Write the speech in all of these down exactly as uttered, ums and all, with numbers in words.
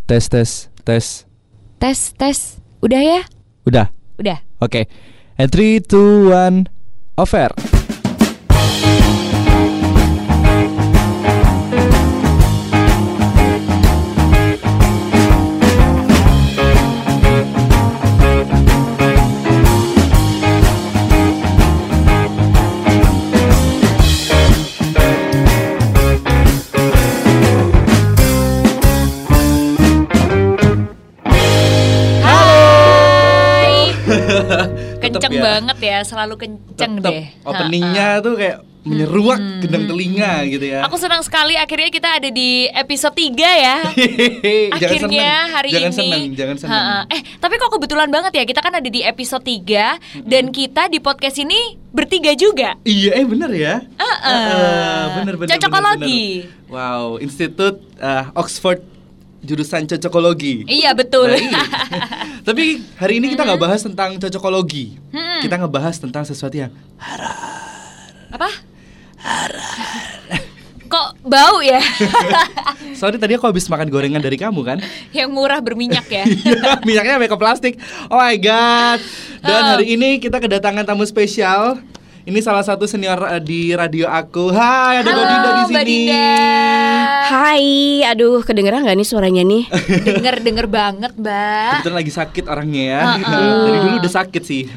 Tes tes tes. Tes tes. Udah ya? Udah. Udah. Oke. Okay. And three, two, one, over. Kenceng ya. Banget ya, selalu kenceng tetep. Deh openingnya tuh kayak menyeruak hmm. gendang telinga gitu ya. Aku senang sekali akhirnya kita ada di episode tiga ya. Akhirnya hari jangan ini seneng, jangan seneng. Eh tapi kok kebetulan banget ya, kita kan ada di episode tiga hmm. dan kita di podcast ini bertiga juga. Iya eh bener ya. uh, uh. uh, Bener bener Cocokologi. Bener, bener. Wow, Institut uh, Oxford jurusan cocokologi. Iya betul. Nah, iya. Tapi hari ini kita nggak bahas tentang cocokologi. Hmm. Kita ngebahas tentang sesuatu yang haram. Apa? Haram. Kok bau ya? Sorry tadi aku habis makan gorengan dari kamu kan? Yang murah berminyak ya. Iya, minyaknya pakai plastik. Oh my god. Dan oh. hari ini kita kedatangan tamu spesial. Ini salah satu senior uh, di radio aku. Hai, ada Mbak Dinda di sini. Mbak Dinda. Hai, aduh kedengeran nggak nih suaranya nih? Denger denger banget, Mbak. Kebetulan lagi sakit orangnya ya. Uh-uh. Dari dulu udah sakit sih.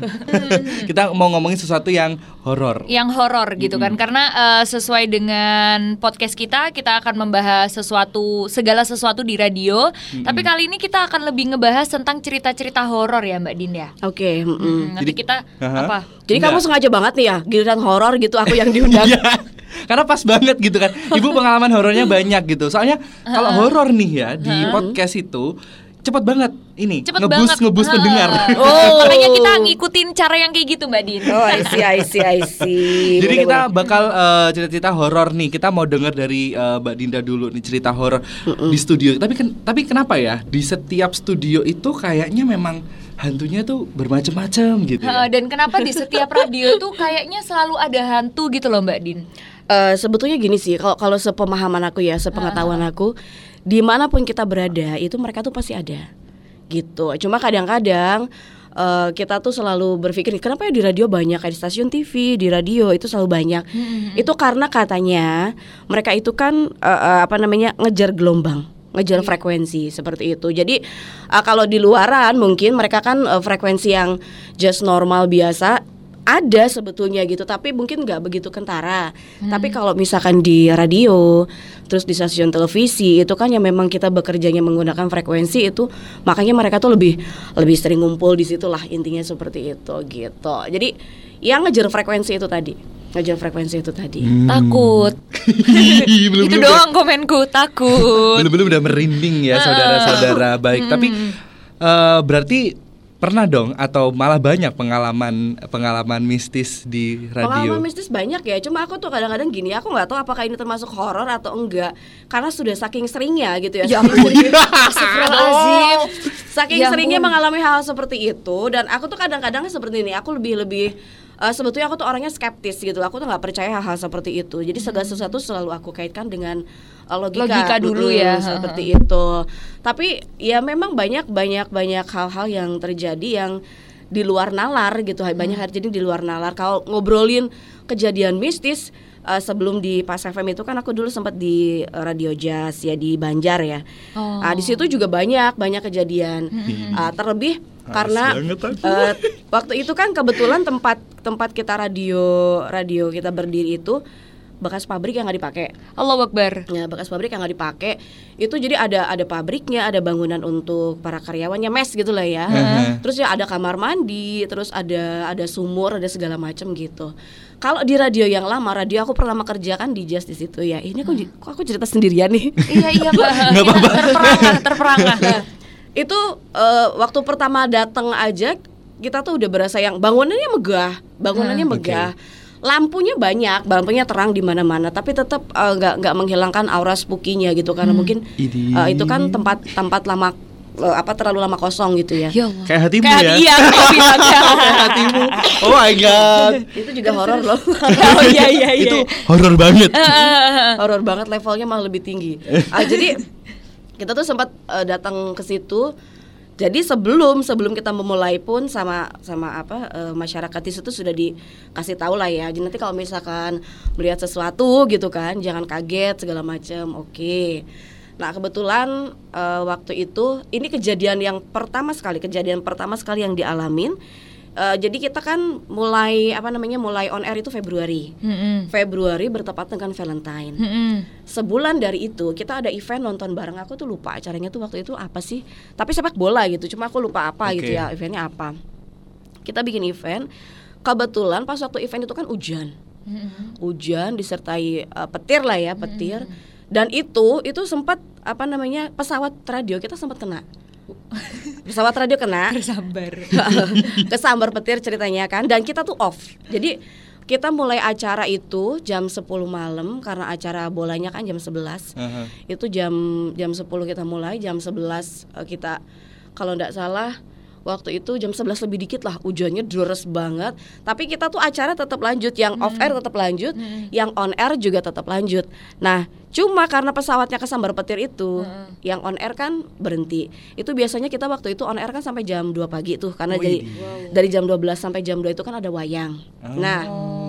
Kita mau ngomongin sesuatu yang horor. Yang horor gitu kan, mm-hmm. karena uh, sesuai dengan podcast kita, kita akan membahas sesuatu, segala sesuatu di radio. Mm-hmm. Tapi kali ini kita akan lebih ngebahas tentang cerita-cerita horor ya, Mbak Dinda. Oke. Okay, mm-hmm. Nanti Jadi, kita uh-huh. apa? Jadi Enggak. Kamu sengaja banget nih ya, giliran horor gitu aku yang diundang. Karena pas banget gitu kan. Ibu pengalaman horornya banyak gitu. Soalnya kalau horor nih ya di podcast itu cepat banget ini cepet ngebus banget. ngebus pendengar. Oh, makanya kita ngikutin cara yang kayak gitu, Mbak Din. Oh, I see, I see, I see. Jadi kita bakal uh, cerita-cerita horor nih. Kita mau dengar dari uh, Mbak Dinda dulu nih cerita horor di studio. Tapi ken- tapi kenapa ya di setiap studio itu kayaknya memang hantunya tuh bermacam-macam gitu ya? Dan kenapa di setiap radio tuh kayaknya selalu ada hantu gitu loh, Mbak Din? Uh, sebetulnya gini sih, kalau kalau sepemahaman aku ya, sepengetahuan aku, dimanapun kita berada itu mereka tuh pasti ada, gitu. Cuma kadang-kadang uh, kita tuh selalu berpikir, kenapa ya di radio banyak, kayak di stasiun T V, di radio itu selalu banyak. Mm-hmm. Itu karena katanya mereka itu kan uh, uh, apa namanya ngejar gelombang, ngejar frekuensi seperti itu. Jadi uh, kalau di luaran mungkin mereka kan uh, frekuensi yang just normal biasa ada sebetulnya gitu, tapi mungkin nggak begitu kentara. Hmm. Tapi kalau misalkan di radio, terus di stasiun televisi itu kan yang memang kita bekerjanya menggunakan frekuensi itu, makanya mereka tuh lebih lebih sering ngumpul di situ lah, intinya seperti itu gitu. Jadi yang ngejar frekuensi itu tadi, ngejar frekuensi itu tadi. Hmm. Takut. belum, itu belum doang udah, komenku takut. Belum-belum udah merinding ya saudara-saudara. Baik, hmm. tapi uh, berarti pernah dong atau malah banyak pengalaman pengalaman mistis di radio? Pengalaman mistis banyak ya. Cuma aku tuh kadang-kadang gini, aku nggak tahu apakah ini termasuk horor atau enggak, karena sudah saking seringnya gitu ya. Ya ampun. Astagfirullahaladzim. Saking ya seringnya mengalami hal seperti itu, dan aku tuh kadang-kadang seperti ini. Aku lebih lebih Uh, sebetulnya aku tuh orangnya skeptis gitu. Aku tuh nggak percaya hal-hal seperti itu. Jadi segala sesuatu selalu aku kaitkan dengan uh, logika. Logika dulu mm, ya. Seperti itu. Tapi ya memang banyak banyak banyak hal-hal yang terjadi yang di luar nalar gitu. Banyak hal jadi di luar nalar. Kalau ngobrolin kejadian mistis, uh, sebelum di Pas F M itu kan aku dulu sempat di uh, Radio Jazz ya di Banjar ya. Oh. Uh, di situ juga banyak banyak kejadian. Hmm. Uh, terlebih karena uh, waktu itu kan kebetulan tempat tempat kita radio radio kita berdiri itu bekas pabrik yang nggak dipakai. Allahu Akbar. Ya, bekas pabrik yang nggak dipakai. Itu jadi ada ada pabriknya, ada bangunan untuk para karyawannya, mes gitu lah ya. Uh-huh. Terus ya ada kamar mandi, terus ada ada sumur, ada segala macam gitu. Kalau di radio yang lama, radio aku pertama kerjakan di Jazz di situ ya. Ini aku kok aku cerita sendirian nih. Iya iya Mbak. Nggak apa-apa. Terperangah, terperangah. Nah, itu uh, waktu pertama datang aja kita tuh udah berasa yang bangunannya megah, bangunannya hmm, megah. Okay. Lampunya banyak, lampunya terang di mana-mana, tapi tetap nggak uh, nggak menghilangkan aura spooky-nya gitu, karena hmm. mungkin uh, itu kan tempat tempat lama uh, apa terlalu lama kosong gitu ya. Ya kayak hatimu kayak ya. Iya, kayak hatimu. Oh my god. Itu juga horor loh. Oh iya iya iya. Itu horor banget. Horor banget, levelnya malah lebih tinggi. Uh, jadi Kita tuh sempat uh, datang ke situ. Jadi sebelum sebelum kita memulai pun sama sama apa uh, masyarakat di situ sudah dikasih tahu lah ya. Jadi nanti kalau misalkan melihat sesuatu gitu kan, jangan kaget segala macam. Oke. Okay. Nah kebetulan uh, waktu itu ini kejadian yang pertama sekali, kejadian pertama sekali yang dialamin. Uh, jadi kita kan mulai apa namanya mulai on air itu Februari. Mm-hmm. Februari bertepatan dengan Valentine. Mm-hmm. Sebulan dari itu kita ada event nonton bareng. Aku tuh lupa acaranya tuh waktu itu apa sih. Tapi sepak bola gitu. Cuma aku lupa apa okay. gitu ya eventnya apa. Kita bikin event. Kebetulan pas waktu event itu kan hujan. Mm-hmm. Hujan disertai uh, petir lah ya petir. Mm-hmm. Dan itu itu sempat apa namanya pesawat radio kita sempat kena. Pesawat radio kena Kesambar Kesambar petir ceritanya kan. Dan kita tuh off. Jadi kita mulai acara itu jam sepuluh malam. Karena acara bolanya kan jam sebelas. uh-huh. Itu jam jam sepuluh kita mulai. Jam sebelas uh, kita kalau gak salah waktu itu jam sebelas lebih dikit lah. Hujannya deres banget. Tapi kita tuh acara tetap lanjut. Yang hmm. off air tetap lanjut. hmm. Yang on air juga tetap lanjut. Nah cuma karena pesawatnya kesambar petir itu, hmm. yang on air kan berhenti. Itu biasanya kita waktu itu on air kan sampai jam dua pagi tuh. Karena oh, jadi wow. dari jam dua belas sampai jam dua itu kan ada wayang. oh. Nah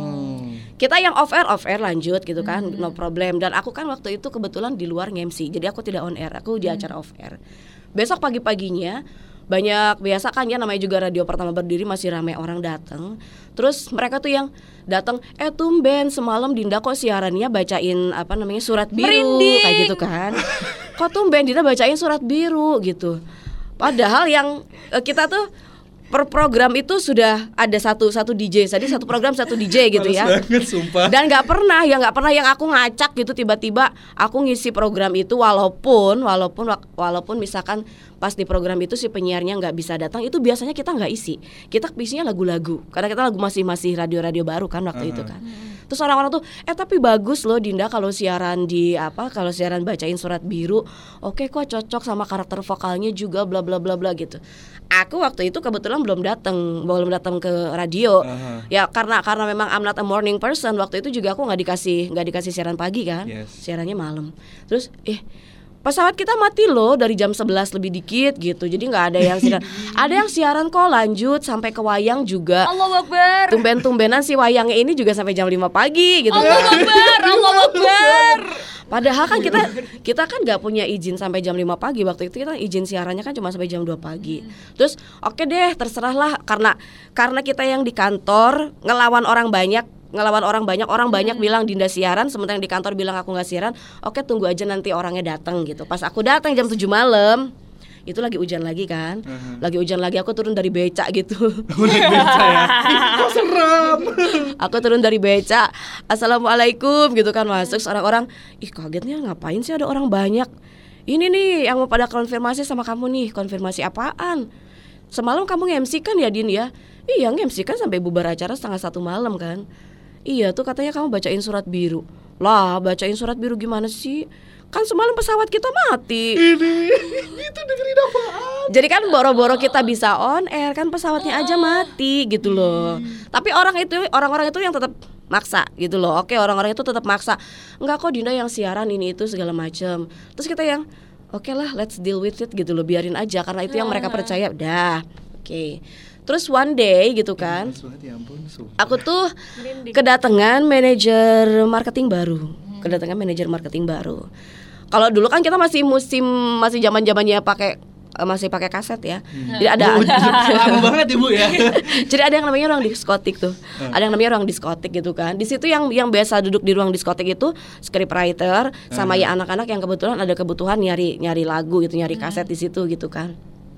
kita yang off air off air lanjut gitu kan, hmm. no problem. Dan aku kan waktu itu kebetulan di luar nge-M C. Jadi aku tidak on air, aku di acara off air. Besok pagi-paginya banyak, biasa kan ya namanya juga radio pertama berdiri masih ramai orang datang. Terus mereka tuh yang datang, eh tumben semalam Dinda kok siarannya bacain apa namanya surat biru. Merinding. Kayak gitu kan. Kok tumben Dinda bacain surat biru gitu. Padahal yang eh, kita tuh per program itu sudah ada satu satu D J, jadi satu program satu D J gitu ya. Banget, sumpah. Dan nggak pernah ya nggak pernah yang aku ngacak gitu tiba-tiba aku ngisi program itu walaupun walaupun walaupun misalkan pas di program itu si penyiarnya nggak bisa datang, itu biasanya kita nggak isi, kita isinya lagu-lagu karena kita lagu masih masih radio-radio baru kan waktu uh-huh. itu kan. Terus orang-orang tuh eh tapi bagus loh Dinda kalau siaran di apa kalau siaran bacain surat biru, oke kok cocok sama karakter vokalnya juga bla bla bla bla gitu. Aku waktu itu kebetulan belum datang, belum datang ke radio. Uh-huh. Ya karena karena memang I'm not a morning person. Waktu itu juga aku nggak dikasih nggak dikasih siaran pagi kan, yes. siarannya malam. Terus eh pesawat kita mati loh dari jam sebelas lebih dikit gitu. Jadi nggak ada yang siaran. Ada yang siaran kok lanjut sampai ke wayang juga. Allahu Akbar. Tumben-tumbenan si wayangnya ini juga sampai jam lima pagi gitu. Allahu Akbar. Allahu Akbar. Padahal kan kita kita kan nggak punya izin sampai jam lima pagi. Waktu itu kita izin siarannya kan cuma sampai jam dua pagi. Terus oke okay deh terserahlah karena karena kita yang di kantor ngelawan orang banyak. ngelawan orang banyak orang hmm. banyak bilang Dinda siaran, sementara yang di kantor bilang aku nggak siaran. Oke tunggu aja nanti orangnya datang gitu. Pas aku datang jam tujuh malam itu lagi hujan lagi kan, uh-huh. lagi hujan lagi aku turun dari becak gitu. Beca ya. Kok serem. Aku turun dari becak, assalamualaikum gitu kan masuk. Orang-orang ih kagetnya ngapain sih ada orang banyak. Ini nih yang mau pada konfirmasi sama kamu nih. Konfirmasi apaan? Semalam kamu nge-M C kan ya Din ya? Iya nge-M C kan sampai bubar acara setengah satu malam kan. Iya tuh katanya kamu bacain surat biru. Lah bacain surat biru gimana sih? Kan semalam pesawat kita mati. Ini itu dengerin apaan? Jadi kan boro-boro kita bisa on air kan pesawatnya aja mati gitu loh. hmm. Tapi orang itu orang-orang itu yang tetap maksa gitu loh. Oke orang-orang itu tetap maksa. Enggak kok Dinda yang siaran ini itu segala macam. Terus kita yang oke okay lah let's deal with it gitu loh. Biarin aja karena itu yang mereka percaya. Udah oke okay. Terus one day gitu kan, ya ampun, aku tuh kedatangan manajer marketing baru, kedatangan manajer marketing baru. Kalau dulu kan kita masih musim masih zaman-zamannya pakai masih pakai kaset ya. Hmm. Jadi ada lama banget Ibu ya. Jadi ada yang namanya ruang diskotik tuh. Hmm. Ada yang namanya ruang diskotik gitu kan. Di situ yang yang biasa duduk di ruang diskotik itu scriptwriter sama hmm. ya anak-anak yang kebetulan ada kebutuhan nyari nyari lagu gitu, nyari kaset hmm. di situ gitu kan.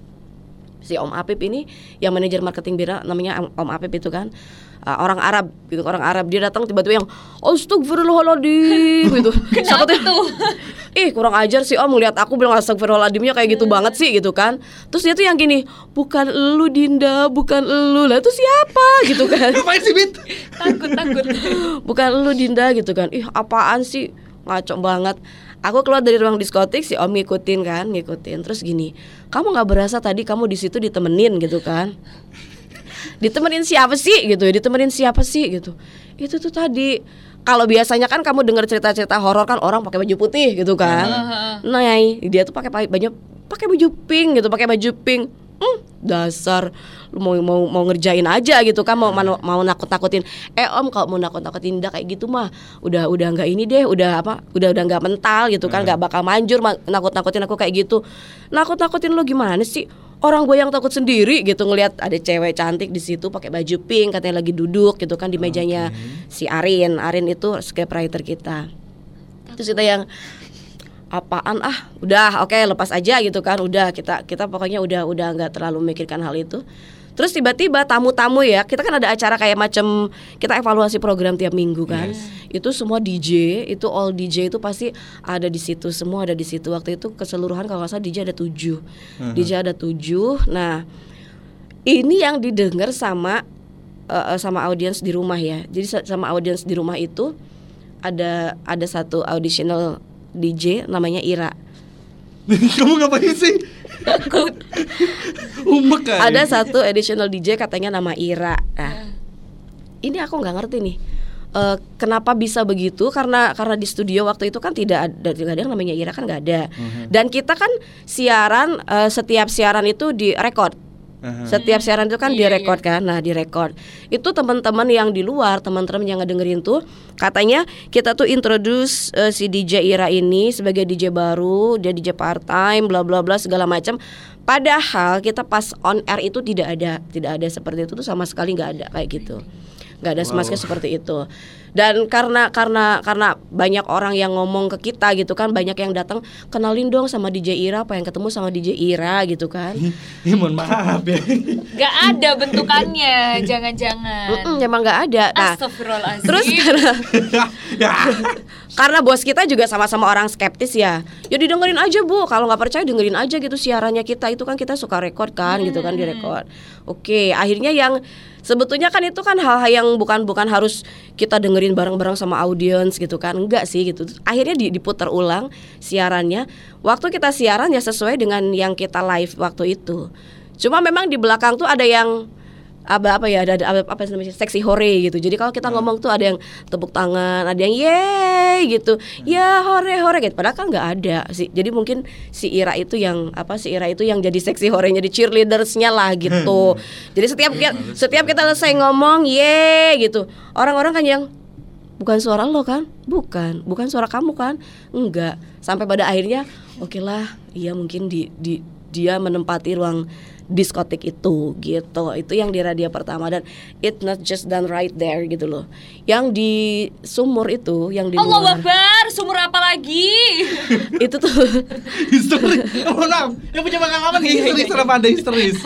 Si Om Apip ini yang manajer marketing Bira namanya Om Apip itu kan uh, orang Arab gitu, orang Arab dia datang tiba-tiba yang astagfirullahaladzim gitu. Kenapa tuh? Ih kurang ajar sih Om ngeliat aku bilang astagfirullahaladzimnya kayak gitu banget sih gitu kan. Terus dia tuh yang gini, bukan elu Dinda, bukan elu. Lah itu siapa gitu kan. Ngapain sih Bit? Takut takut. Bukan elu Dinda gitu kan. Ih apaan sih, ngaco banget. Aku keluar dari ruang diskotik, si Om ngikutin kan, ngikutin. Terus gini, kamu nggak berasa tadi kamu di situ ditemenin gitu kan? Ditemenin siapa sih gitu? Ditemenin siapa sih gitu? Itu tuh tadi kalau biasanya kan kamu dengar cerita-cerita horor kan orang pakai baju putih gitu kan. Uh-huh. Nah, dia tuh pakai baju pakai baju pink gitu, pakai baju pink. Hmm, dasar lu mau mau mau ngerjain aja gitu kan, mau mau, mau nakut-nakutin. Eh Om, kalau mau nakut-nakutin Dinda kayak gitu mah udah udah enggak ini deh, udah apa? Udah udah enggak mental gitu kan, enggak bakal manjur ma- nakut-nakutin aku kayak gitu. Nakut-nakutin lu gimana sih? Orang gue yang takut sendiri gitu ngelihat ada cewek cantik di situ pakai baju pink, katanya lagi duduk gitu kan di mejanya okay. si Arin. Arin itu scriptwriter kita. Terus kita yang apaan ah, udah oke okay, lepas aja gitu kan, udah kita kita pokoknya udah udah nggak terlalu memikirkan hal itu. Terus tiba-tiba tamu-tamu ya, kita kan ada acara kayak macam kita evaluasi program tiap minggu kan. Yes. Itu semua D J, itu all D J itu pasti ada di situ, semua ada di situ. Waktu itu keseluruhan kalau nggak salah D J ada tujuh, uh-huh. D J ada tujuh. Nah ini yang didengar sama uh, sama audiens di rumah ya. Jadi sama audiens di rumah itu ada ada satu auditional D J namanya Ira. Kamu ngapain sih? Takut. Umek kan? Ada satu additional D J katanya nama Ira. Nah, ini aku nggak ngerti nih. Uh, kenapa bisa begitu? Karena karena di studio waktu itu kan tidak ada, tidak ada yang namanya Ira kan nggak ada. Uh-huh. Dan kita kan siaran uh, setiap siaran itu direkod. Uh-huh. Setiap siaran itu kan iya, direkod iya. kan. Nah, direkod. Itu teman-teman yang di luar, teman-teman yang ngedengerin tuh katanya kita tuh introduce uh, si D J Ira ini sebagai D J baru, dia D J part time, bla bla bla segala macam. Padahal kita pas on air itu tidak ada, tidak ada seperti itu tuh sama sekali nggak ada kayak gitu. Nggak ada sama sekali seperti itu. Dan karena karena karena banyak orang yang ngomong ke kita gitu kan, banyak yang datang kenalin dong sama D J Ira, pengen ketemu sama D J Ira gitu kan. Ya mohon maaf ya. Gak ada bentukannya, jangan-jangan. Emang nggak ada. Nah, astagfirullahaladzim. Terus karena karena bos kita juga sama-sama orang skeptis ya. Ya didengerin aja Bu, kalau nggak percaya dengerin aja gitu siarannya kita, itu kan kita suka record kan hmm. gitu kan, direkod. Oke, akhirnya yang sebetulnya kan itu kan hal-hal yang bukan bukan harus kita dengerin bareng-bareng sama audiens gitu kan, enggak sih gitu. Akhirnya diputar ulang siarannya. Waktu kita siaran ya sesuai dengan yang kita live waktu itu. Cuma memang di belakang tuh ada yang apa apa ya ada, ada apa namanya seksi hore gitu. Jadi kalau kita hmm. ngomong tuh ada yang tepuk tangan, ada yang yeay gitu, hmm. ya hore hore gitu. Padahal kan nggak ada sih. Jadi mungkin si Ira itu yang apa si Ira itu yang jadi seksi horenya, jadi cheerleadersnya lah gitu. Jadi setiap setiap kita selesai ngomong yeay gitu, orang-orang kan yang bukan suara lo kan, bukan bukan suara kamu kan, enggak. Sampai pada akhirnya oke okay lah, iya mungkin di, di dia menempati ruang diskotik itu gitu. Itu yang di radio pertama dan it not just done right there gitu loh. Yang di sumur itu, yang di Allah luar. Akbar, sumur apa lagi? Itu tuh history. Oh, nah, yang punya pengalaman history sama Anda history.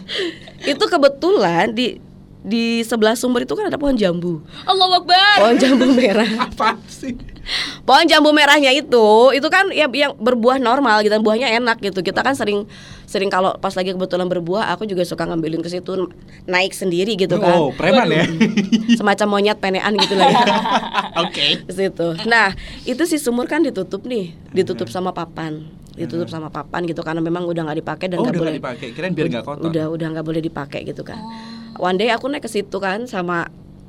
Itu kebetulan di di sebelah sumur itu kan ada pohon jambu. Allah Akbar. Pohon jambu merah. Apa sih? Pohon jambu merahnya itu, itu kan yang, yang berbuah normal gitu, buahnya enak gitu. Kita kan sering sering kalau pas lagi kebetulan berbuah, aku juga suka ngambilin ke situ, naik sendiri gitu kan. Oh, preman ya. Semacam monyet penean gitu lah ya. Oke. Ke situ. Nah, itu si sumur kan ditutup nih, ditutup sama papan. Ditutup sama papan gitu karena memang udah nggak dipakai dan nggak oh, boleh dipakai. Kirain biar nggak kotor. Udah udah nggak boleh dipakai gitu kan. Oh. One day aku naik ke situ kan sama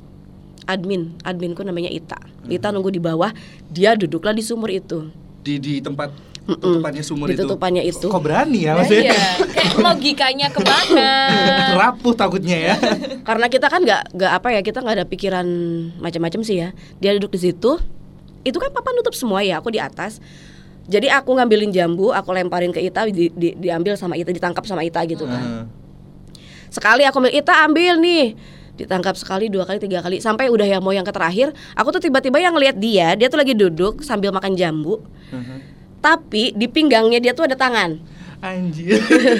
admin, adminku namanya Ita. Ita nunggu di bawah, dia duduklah di sumur itu. Di di tempat tutupannya sumur di tutupannya itu. itu. Kok berani ya nah, maksudnya? Iya. Kayak logikanya kemana? Rapuh takutnya ya. Karena kita kan nggak nggak apa ya, kita nggak ada pikiran macam-macam sih ya. Dia duduk di situ, itu kan papan nutup semua ya, aku di atas. Jadi aku ngambilin jambu, aku lemparin ke Ita, di, di, diambil sama Ita, ditangkap sama Ita gitu kan. Uh. Sekali aku bilang, Ita ambil nih. Ditangkap sekali, dua kali, tiga kali, sampai udah ya mau yang ke terakhir. Aku tuh tiba-tiba yang ngelihat dia, dia tuh lagi duduk sambil makan jambu. Uh-huh. Tapi di pinggangnya dia tuh ada tangan. Anjir.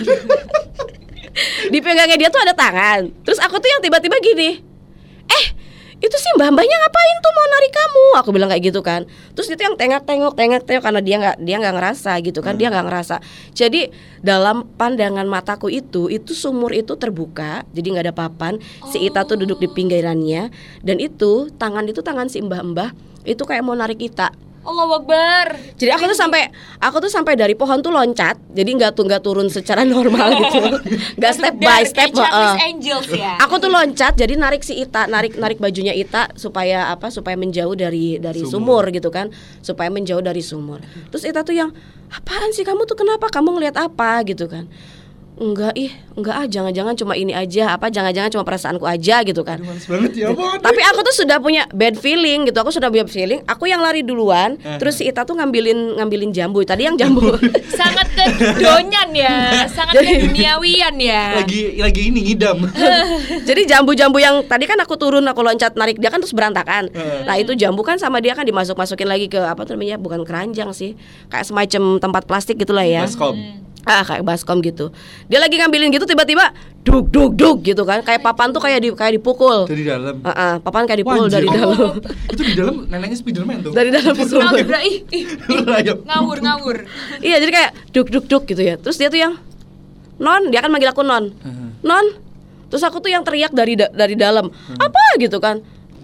Di pinggangnya dia tuh ada tangan. Terus aku tuh yang tiba-tiba gini, eh itu sih mbah-mbahnya ngapain tuh mau narik kamu? Aku bilang kayak gitu kan. Terus itu yang tengok-tengok, tengok-tengok karena dia nggak dia nggak ngerasa gitu kan, hmm. dia nggak ngerasa. Jadi dalam pandangan mataku itu, itu sumur itu terbuka, jadi nggak ada papan. Oh. Si Ita tuh duduk di pinggirannya dan itu tangan itu tangan si mbah-mbah itu kayak mau narik Ita. Allahu Akbar. Jadi aku tuh sampai aku tuh sampai dari pohon tuh loncat, jadi nggak tuh nggak turun secara normal gitu, nggak step by step. Kayak Charlie's uh. Angels ya. Aku tuh loncat, jadi narik si Ita, narik narik bajunya Ita supaya apa? Supaya menjauh dari dari sumur. sumur gitu kan, supaya menjauh dari sumur. Terus Ita tuh yang apaan sih kamu tuh kenapa? Kamu ngelihat apa gitu kan? Enggak ih, enggak ah, jangan-jangan cuma ini aja, apa jangan-jangan cuma perasaanku aja gitu kan. Aduh, males banget ya, Bon. Tapi aku tuh sudah punya bad feeling gitu, aku sudah punya feeling, aku yang lari duluan, uh-huh. terus si Ita tuh ngambilin ngambilin jambu, tadi yang jambu. Sangat kedonyan ya, sangat keduniawian ya. Lagi lagi ini ngidam. Jadi jambu-jambu yang tadi kan aku turun, aku loncat narik dia kan terus berantakan. Uh. Nah itu jambu kan sama dia kan dimasuk-masukin lagi ke apa tuh namanya, bukan keranjang sih, kayak semacam tempat plastik gitulah ya. Baskom. Ah kayak baskom gitu. Dia lagi ngambilin gitu tiba-tiba duk duk duk gitu kan. Kayak papan tuh kayak di kayak dipukul. Dari dalam. Uh-uh, papan kayak dipukul. Wajir. Dari dalam. Itu di dalam neneknya Spiderman tuh. Dari dalam pukul. ih, ih, ih. Ngawur ngawur. Iya jadi kayak duk duk duk gitu ya. Terus dia tuh yang non, dia kan manggil aku non. Uh-huh. Non. Terus aku tuh yang teriak dari da- dari dalam. Uh-huh. Apa gitu kan?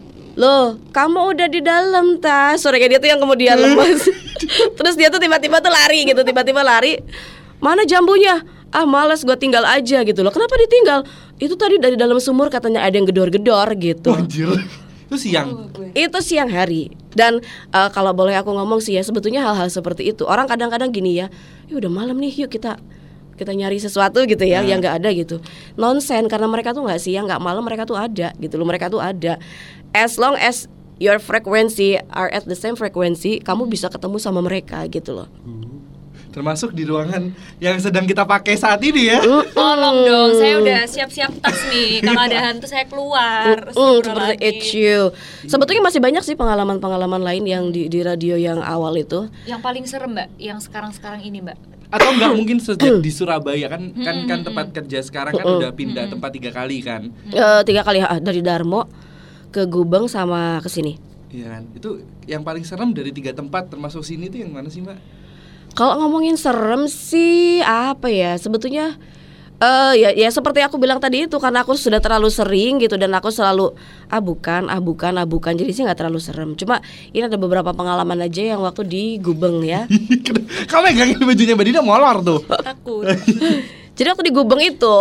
Loh, kamu udah di dalam tas. Suaranya dia tuh yang kemudian lemas. Terus dia tuh tiba-tiba tuh lari gitu, tiba-tiba lari. Mana jambunya? Ah males gue tinggal aja gitu loh. Kenapa ditinggal? Itu tadi dari dalam sumur katanya ada yang gedor-gedor gitu. Anjir. Itu siang. Itu siang hari. Dan uh, kalau boleh aku ngomong sih ya, sebetulnya hal-hal seperti itu orang kadang-kadang gini ya, ya udah malam nih, yuk kita kita nyari sesuatu gitu ya, nah. yang nggak ada gitu. Nonsen, karena mereka tuh nggak siang, nggak malam, mereka tuh ada gitu loh. Mereka tuh ada. As long as your frequency are at the same frequency, kamu bisa ketemu sama mereka gitu loh. Hmm. Termasuk di ruangan yang sedang kita pakai saat ini ya. Tolong dong, saya udah siap-siap tas nih. Kalau ada hantu saya keluar. Mm, seperti itu. Sebetulnya masih banyak sih pengalaman-pengalaman lain yang di, di radio yang awal itu. Yang paling serem Mbak, yang sekarang-sekarang ini Mbak. Atau enggak mungkin sejak di Surabaya kan kan kan tempat kerja sekarang kan udah pindah tempat tiga kali kan. Uh, tiga kali uh, dari Darmo ke Gubeng sama ke sini. Iya kan. Itu yang paling serem dari tiga tempat termasuk sini tuh yang mana sih Mbak? Kalau ngomongin serem sih apa ya, sebetulnya uh, ya ya seperti aku bilang tadi itu, karena aku sudah terlalu sering gitu dan aku selalu ah bukan ah bukan ah bukan, jadi sih nggak terlalu serem. Cuma ini ada beberapa pengalaman aja yang waktu di Gubeng ya. Kamu megangin bajunya Mbak Dina molor tuh. Takut. Jadi waktu di Gubeng itu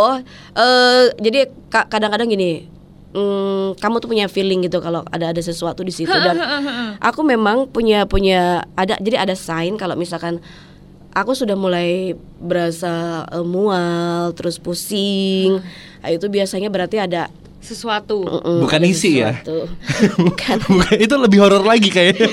uh, jadi ka- kadang-kadang gini. Hmm, kamu tuh punya feeling gitu kalau ada ada sesuatu di situ, dan aku memang punya punya ada jadi ada sign kalau misalkan aku sudah mulai berasa uh, mual terus pusing, nah, itu biasanya berarti ada sesuatu. Mm-mm, bukan isi sesuatu. Ya. Bukan. Bukan. Itu lebih horor lagi kayaknya.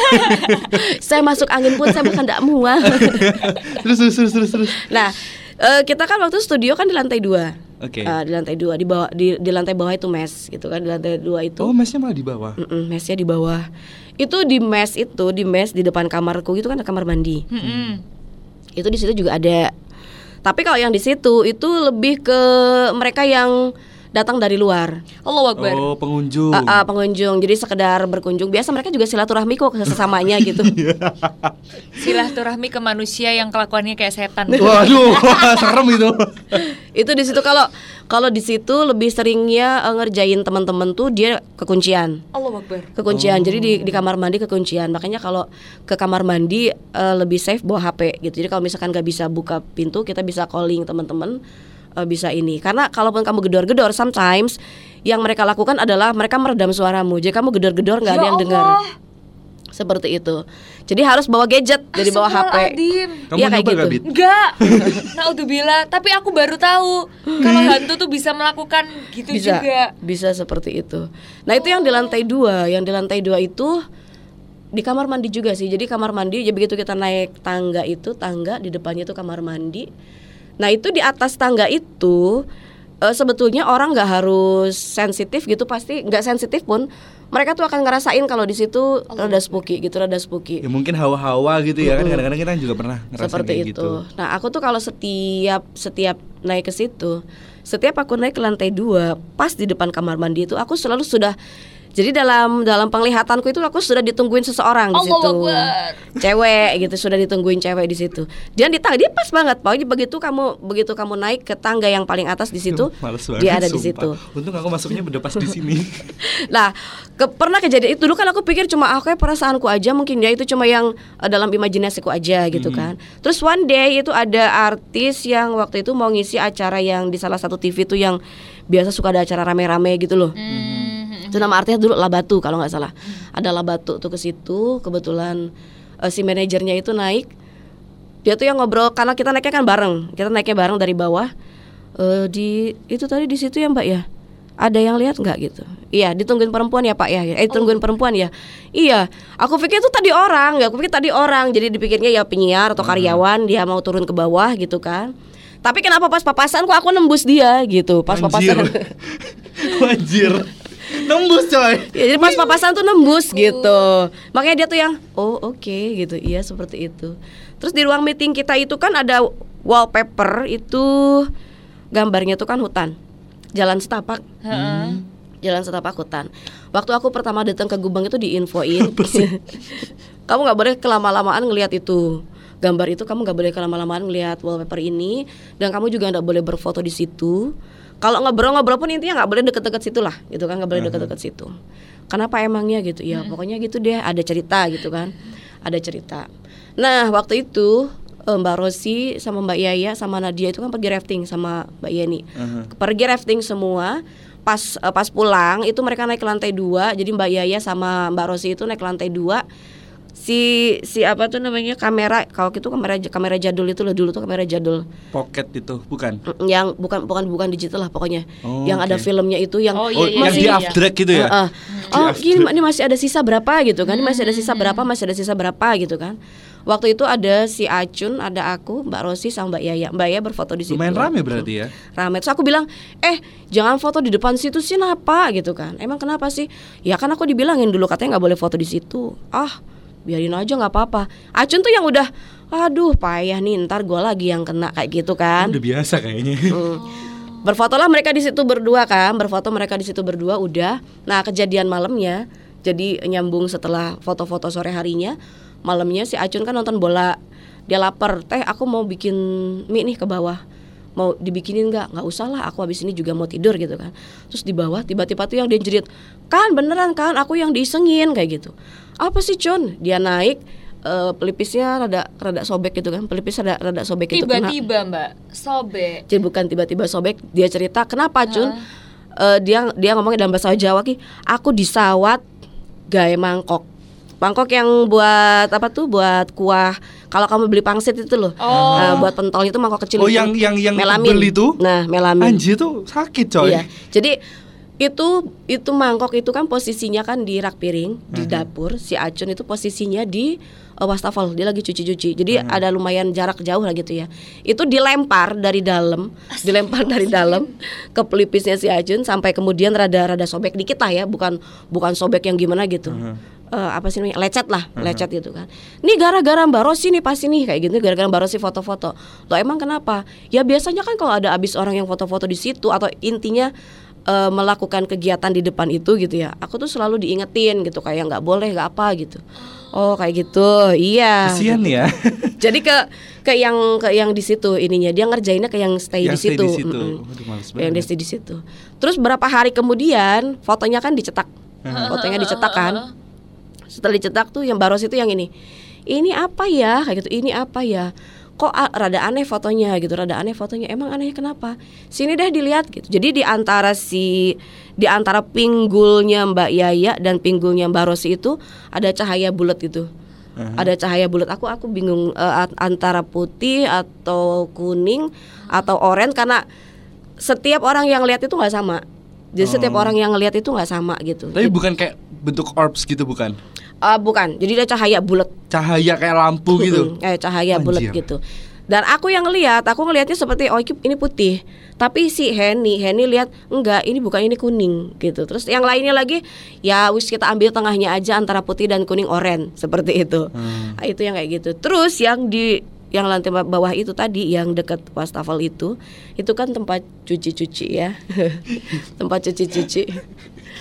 Saya masuk angin pun saya bukan tidak mual. terus terus terus terus terus. Nah, uh, kita kan waktu studio kan di lantai dua. Oke. Okay. Uh, di lantai dua, di bawah di, di lantai bawah itu mes gitu kan, di lantai dua itu. Oh, mesnya malah di bawah. Mm-mm, mesnya di bawah. Itu di mes itu, di mes di depan kamarku itu kan ada kamar mandi. Mm-hmm. Itu di situ juga ada. Tapi kalau yang di situ itu lebih ke mereka yang datang dari luar. Allahu Akbar. Oh, pengunjung. Uh, uh, pengunjung. Jadi sekedar berkunjung. Biasa mereka juga silaturahmi kok ke sesamanya gitu. Silaturahmi ke manusia yang kelakuannya kayak setan. Waduh, serem itu. Itu di situ kalau kalau di situ lebih seringnya uh, ngerjain teman-teman tuh dia kekuncian. Allahu Akbar. Kekuncian. Oh. Jadi di di kamar mandi kekuncian. Makanya kalau ke kamar mandi uh, lebih safe bawa H P gitu. Jadi kalau misalkan nggak bisa buka pintu, kita bisa calling teman-teman. Uh, bisa ini, karena kalaupun kamu gedor-gedor, sometimes yang mereka lakukan adalah mereka meredam suaramu. Jadi kamu gedor-gedor nggak ya ada yang dengar. Seperti itu. Jadi harus bawa gadget, jadi bawa H P. Kamu ya, kayak nyoba gitu. Gak, Bit? Enggak. Naudzubillah, tapi aku baru tahu kalau hantu tuh bisa melakukan gitu bisa, juga. Bisa seperti itu. Nah, itu yang di lantai dua, yang di lantai dua itu di kamar mandi juga sih. Jadi kamar mandi, ya begitu kita naik tangga itu, tangga di depannya itu kamar mandi. Nah itu di atas tangga itu uh, sebetulnya orang nggak harus sensitif gitu, pasti nggak sensitif pun mereka tuh akan ngerasain kalau di situ rada spooky gitu, rada spooky. Ya mungkin hawa-hawa gitu ya kan, kadang-kadang kita juga pernah ngerasain seperti kayak itu. Gitu. Nah aku tuh kalau setiap setiap naik ke situ, setiap aku naik ke lantai dua, pas di depan kamar mandi itu aku selalu sudah Jadi dalam dalam penglihatanku itu aku sudah ditungguin seseorang di situ. Allahu Akbar. Cewek gitu, sudah ditungguin cewek di situ. Dia di tangga, dia pas banget. Pokoknya begitu kamu begitu kamu naik ke tangga yang paling atas di situ, Males banget, dia ada di sumpah. situ. Untung aku masuknya udah pas di sini. Nah, ke, pernah kejadian itu dulu kan aku pikir cuma aku perasaanku aja, mungkin dia itu cuma yang uh, dalam imajinasiku aja gitu kan. Terus one day itu ada artis yang waktu itu mau ngisi acara yang di salah satu T V tuh yang biasa suka ada acara rame-rame gitu loh. Hmm. Itu nama artisnya dulu Labatu kalau nggak salah. Ada Labatu tuh ke situ, kebetulan uh, si manajernya itu naik. Dia tuh yang ngobrol karena kita naiknya kan bareng. Kita naiknya bareng dari bawah. Uh, di itu tadi di situ ya Mbak ya. Ada yang lihat nggak gitu? Iya, ditungguin perempuan ya Pak ya. Eh, ditungguin perempuan ya. Iya, aku pikir itu tadi orang, nggak aku pikir tadi orang. Jadi dipikirnya ya penyiar atau karyawan, dia mau turun ke bawah gitu kan. Tapi kenapa pas papasan kok aku nembus dia gitu? Pas Anjir. papasan. Anjir. Nembus coy. Ya, jadi pas papasan tuh nembus gitu. Makanya dia tuh yang oh oke okay, gitu. Iya seperti itu. Terus di ruang meeting kita itu kan ada wallpaper itu gambarnya tuh kan hutan. Jalan setapak. Hmm. Jalan setapak hutan. Waktu aku pertama datang ke Gubeng itu diinfoin. Kamu nggak boleh kelama-lamaan ngelihat itu. Gambar itu kamu nggak boleh kelama-lamaan ngelihat wallpaper ini, dan kamu juga nggak boleh berfoto di situ. Kalau ngobrol-ngobrol pun intinya nggak boleh deket-deket situ lah, gitu kan, nggak boleh deket-deket situ. Kenapa emangnya gitu? Ya pokoknya gitu deh, ada cerita gitu kan, ada cerita. Nah waktu itu Mbak Rosi sama Mbak Yaya sama Nadia itu kan pergi rafting sama Mbak Yeni, uh-huh. pergi rafting semua. Pas uh, pas pulang itu mereka naik ke lantai dua, jadi Mbak Yaya sama Mbak Rosi itu naik ke lantai dua. Si si apa tuh namanya kamera, kalau gitu kamera kamera jadul itu loh, dulu tuh kamera jadul Pocket itu bukan yang bukan bukan bukan digital lah pokoknya, oh, yang okay. ada filmnya itu yang oh, oh, iya, yang iya, di iya. afdrag gitu ya. uh, uh. Oh gini ini masih ada sisa berapa gitu kan, ini masih ada sisa berapa masih ada sisa berapa gitu kan. Waktu itu ada si Acun, ada aku, Mbak Rosi sama Mbak Yaya. Mbak Yaya berfoto di situ. Lumayan rame berarti ya. Rame. Terus aku bilang, "Eh, jangan foto di depan situ sih, kenapa?" gitu kan. Emang kenapa sih? Ya kan aku dibilangin dulu katanya nggak boleh foto di situ. Ah, biarin aja nggak apa-apa. Acun tuh yang udah, aduh payah nih, ntar gue lagi yang kena kayak gitu kan. Udah biasa kayaknya. Hmm. Berfotolah mereka di situ berdua kan, berfoto mereka di situ berdua udah. Nah kejadian malamnya, jadi nyambung setelah foto-foto sore harinya. Malamnya si Acun kan nonton bola, dia lapar, teh aku mau bikin mie nih ke bawah, mau dibikinin nggak? Nggak usah lah, aku habis ini juga mau tidur gitu kan. Terus di bawah tiba-tiba tuh yang dia jerit, kan beneran kan aku yang diisengin kayak gitu. Apa sih Cun? Dia naik, uh, pelipisnya rada rada sobek gitu kan, pelipis rada rada sobek gitu. Tiba-tiba Mbak sobek. Jadi bukan tiba-tiba sobek, dia cerita kenapa Cun? Uh, dia dia ngomongnya dalam bahasa Jawa ki, aku disawat gawe mangkok. Mangkok yang buat apa tuh, buat kuah. Kalau kamu beli pangsit itu loh, oh. uh, buat pentol itu mangkok kecil oh, itu. yang yang yang melamin. beli itu. Nah, melamin. Anjir tuh sakit coy. Iya. Jadi itu itu mangkok itu kan posisinya kan di rak piring di uh-huh. dapur. Si Acun itu posisinya di uh, wastafel, dia lagi cuci-cuci. Jadi uh-huh. ada lumayan jarak jauh lah gitu ya. Itu dilempar dari dalam, dilempar dari dalam ke pelipisnya si Acun sampai kemudian rada-rada sobek dikit lah ya, bukan bukan sobek yang gimana gitu. Uh-huh. Uh, apa sih namanya, lecet lah, uh-huh. lecet gitu kan. Ini gara-gara Mbak Rosi nih pasti nih kayak gitu, gara-gara Mbak Rosi foto-foto. Loh emang kenapa? Ya biasanya kan kalau ada abis orang yang foto-foto di situ atau intinya uh, melakukan kegiatan di depan itu gitu ya, aku tuh selalu diingetin gitu kayak nggak boleh, nggak apa gitu. Oh kayak gitu, iya. Kasian ya. Jadi ke ke yang ke yang di situ ininya, dia ngerjainnya ke yang stay yang di situ, stay di situ. Mm-hmm. Waduh, males yang di stay di situ. Terus berapa hari kemudian fotonya kan dicetak, uh-huh. fotonya dicetak kan. Setelah dicetak tuh yang Baros itu yang ini, ini apa ya kayak gitu, ini apa ya, kok a- rada aneh fotonya gitu, rada aneh fotonya. Emang anehnya kenapa? Sini deh dilihat gitu. Jadi di antara si di antara pinggulnya Mbak Yaya dan pinggulnya Mbak Rosi itu ada cahaya bulat gitu. Uh-huh. Ada cahaya bulat. Aku aku bingung uh, antara putih atau kuning atau oranye karena setiap orang yang lihat itu nggak sama. Jadi oh. setiap orang yang ngelihat itu nggak sama gitu. Tapi bukan kayak bentuk orbs gitu bukan? Uh, bukan, jadi dia cahaya bulat. Cahaya kayak lampu gitu. Kayak cahaya bulat gitu. Dan aku yang ngelihat, aku ngelihatnya seperti oh ini putih. Tapi si Henny, Henny lihat enggak, ini bukan, ini kuning gitu. Terus yang lainnya lagi, ya wis kita ambil tengahnya aja antara putih dan kuning oren seperti itu. Hmm. Nah, itu yang kayak gitu. Terus yang di yang lantai bawah itu tadi yang dekat wastafel itu, itu kan tempat cuci-cuci ya. Tempat cuci-cuci.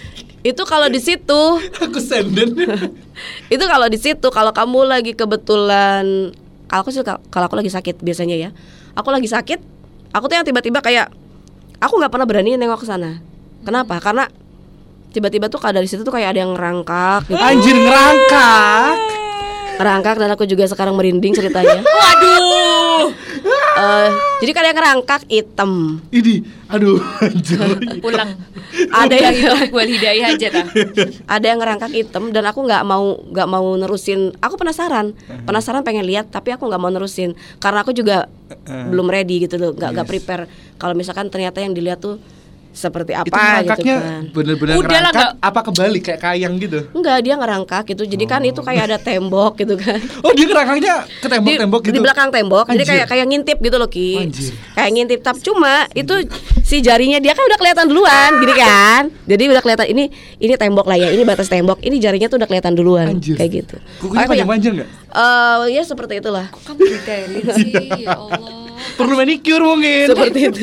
Itu kalau di situ. Aku senden. Itu kalau di situ, kalau kamu lagi kebetulan, kalau aku sih kalau aku lagi sakit biasanya ya. Aku lagi sakit, aku tuh yang tiba-tiba kayak aku nggak pernah berani nengok ke sana. Kenapa? Karena tiba-tiba tuh dari situ tuh kayak ada yang ngerangkak gitu. Anjir, ngerangkak. Ngerangkak dan aku juga sekarang merinding ceritanya. Waduh. Uh, jadi kayak ngerangkak hitam. Ini, aduh, anjir. Pulang. Ada yang wal hidayah aja ta. Ada yang ngerangkak hitam dan aku nggak mau nggak mau nerusin. Aku penasaran, penasaran pengen lihat, tapi aku nggak mau nerusin karena aku juga uh, belum ready gitu loh, nggak nggak yes. prepare. Kalau misalkan ternyata yang dilihat tuh seperti apa itu gitu kan. Bener-bener ngerangkak apa kebalik kayak kayang gitu? Enggak, dia ngerangkak gitu. Jadi oh. kan itu kayak ada tembok gitu kan. Oh, dia ngerangkaknya ke tembok-tembok gitu. Di belakang tembok. Anjir. Jadi kayak kayak ngintip gitu loh, Ki. Anjir. Kayak ngintip tap cuma itu si jarinya dia kan udah kelihatan duluan gini kan. Jadi udah kelihatan ini ini tembok lah ya, ini batas tembok. Ini jarinya tuh udah kelihatan duluan. Anjir. Kayak gitu. Kukunya panjang-panjang enggak? Eh, uh, ya seperti itulah. Kok kamu detailin sih? Ya Allah. Perlu manicure mungkin. Seperti itu.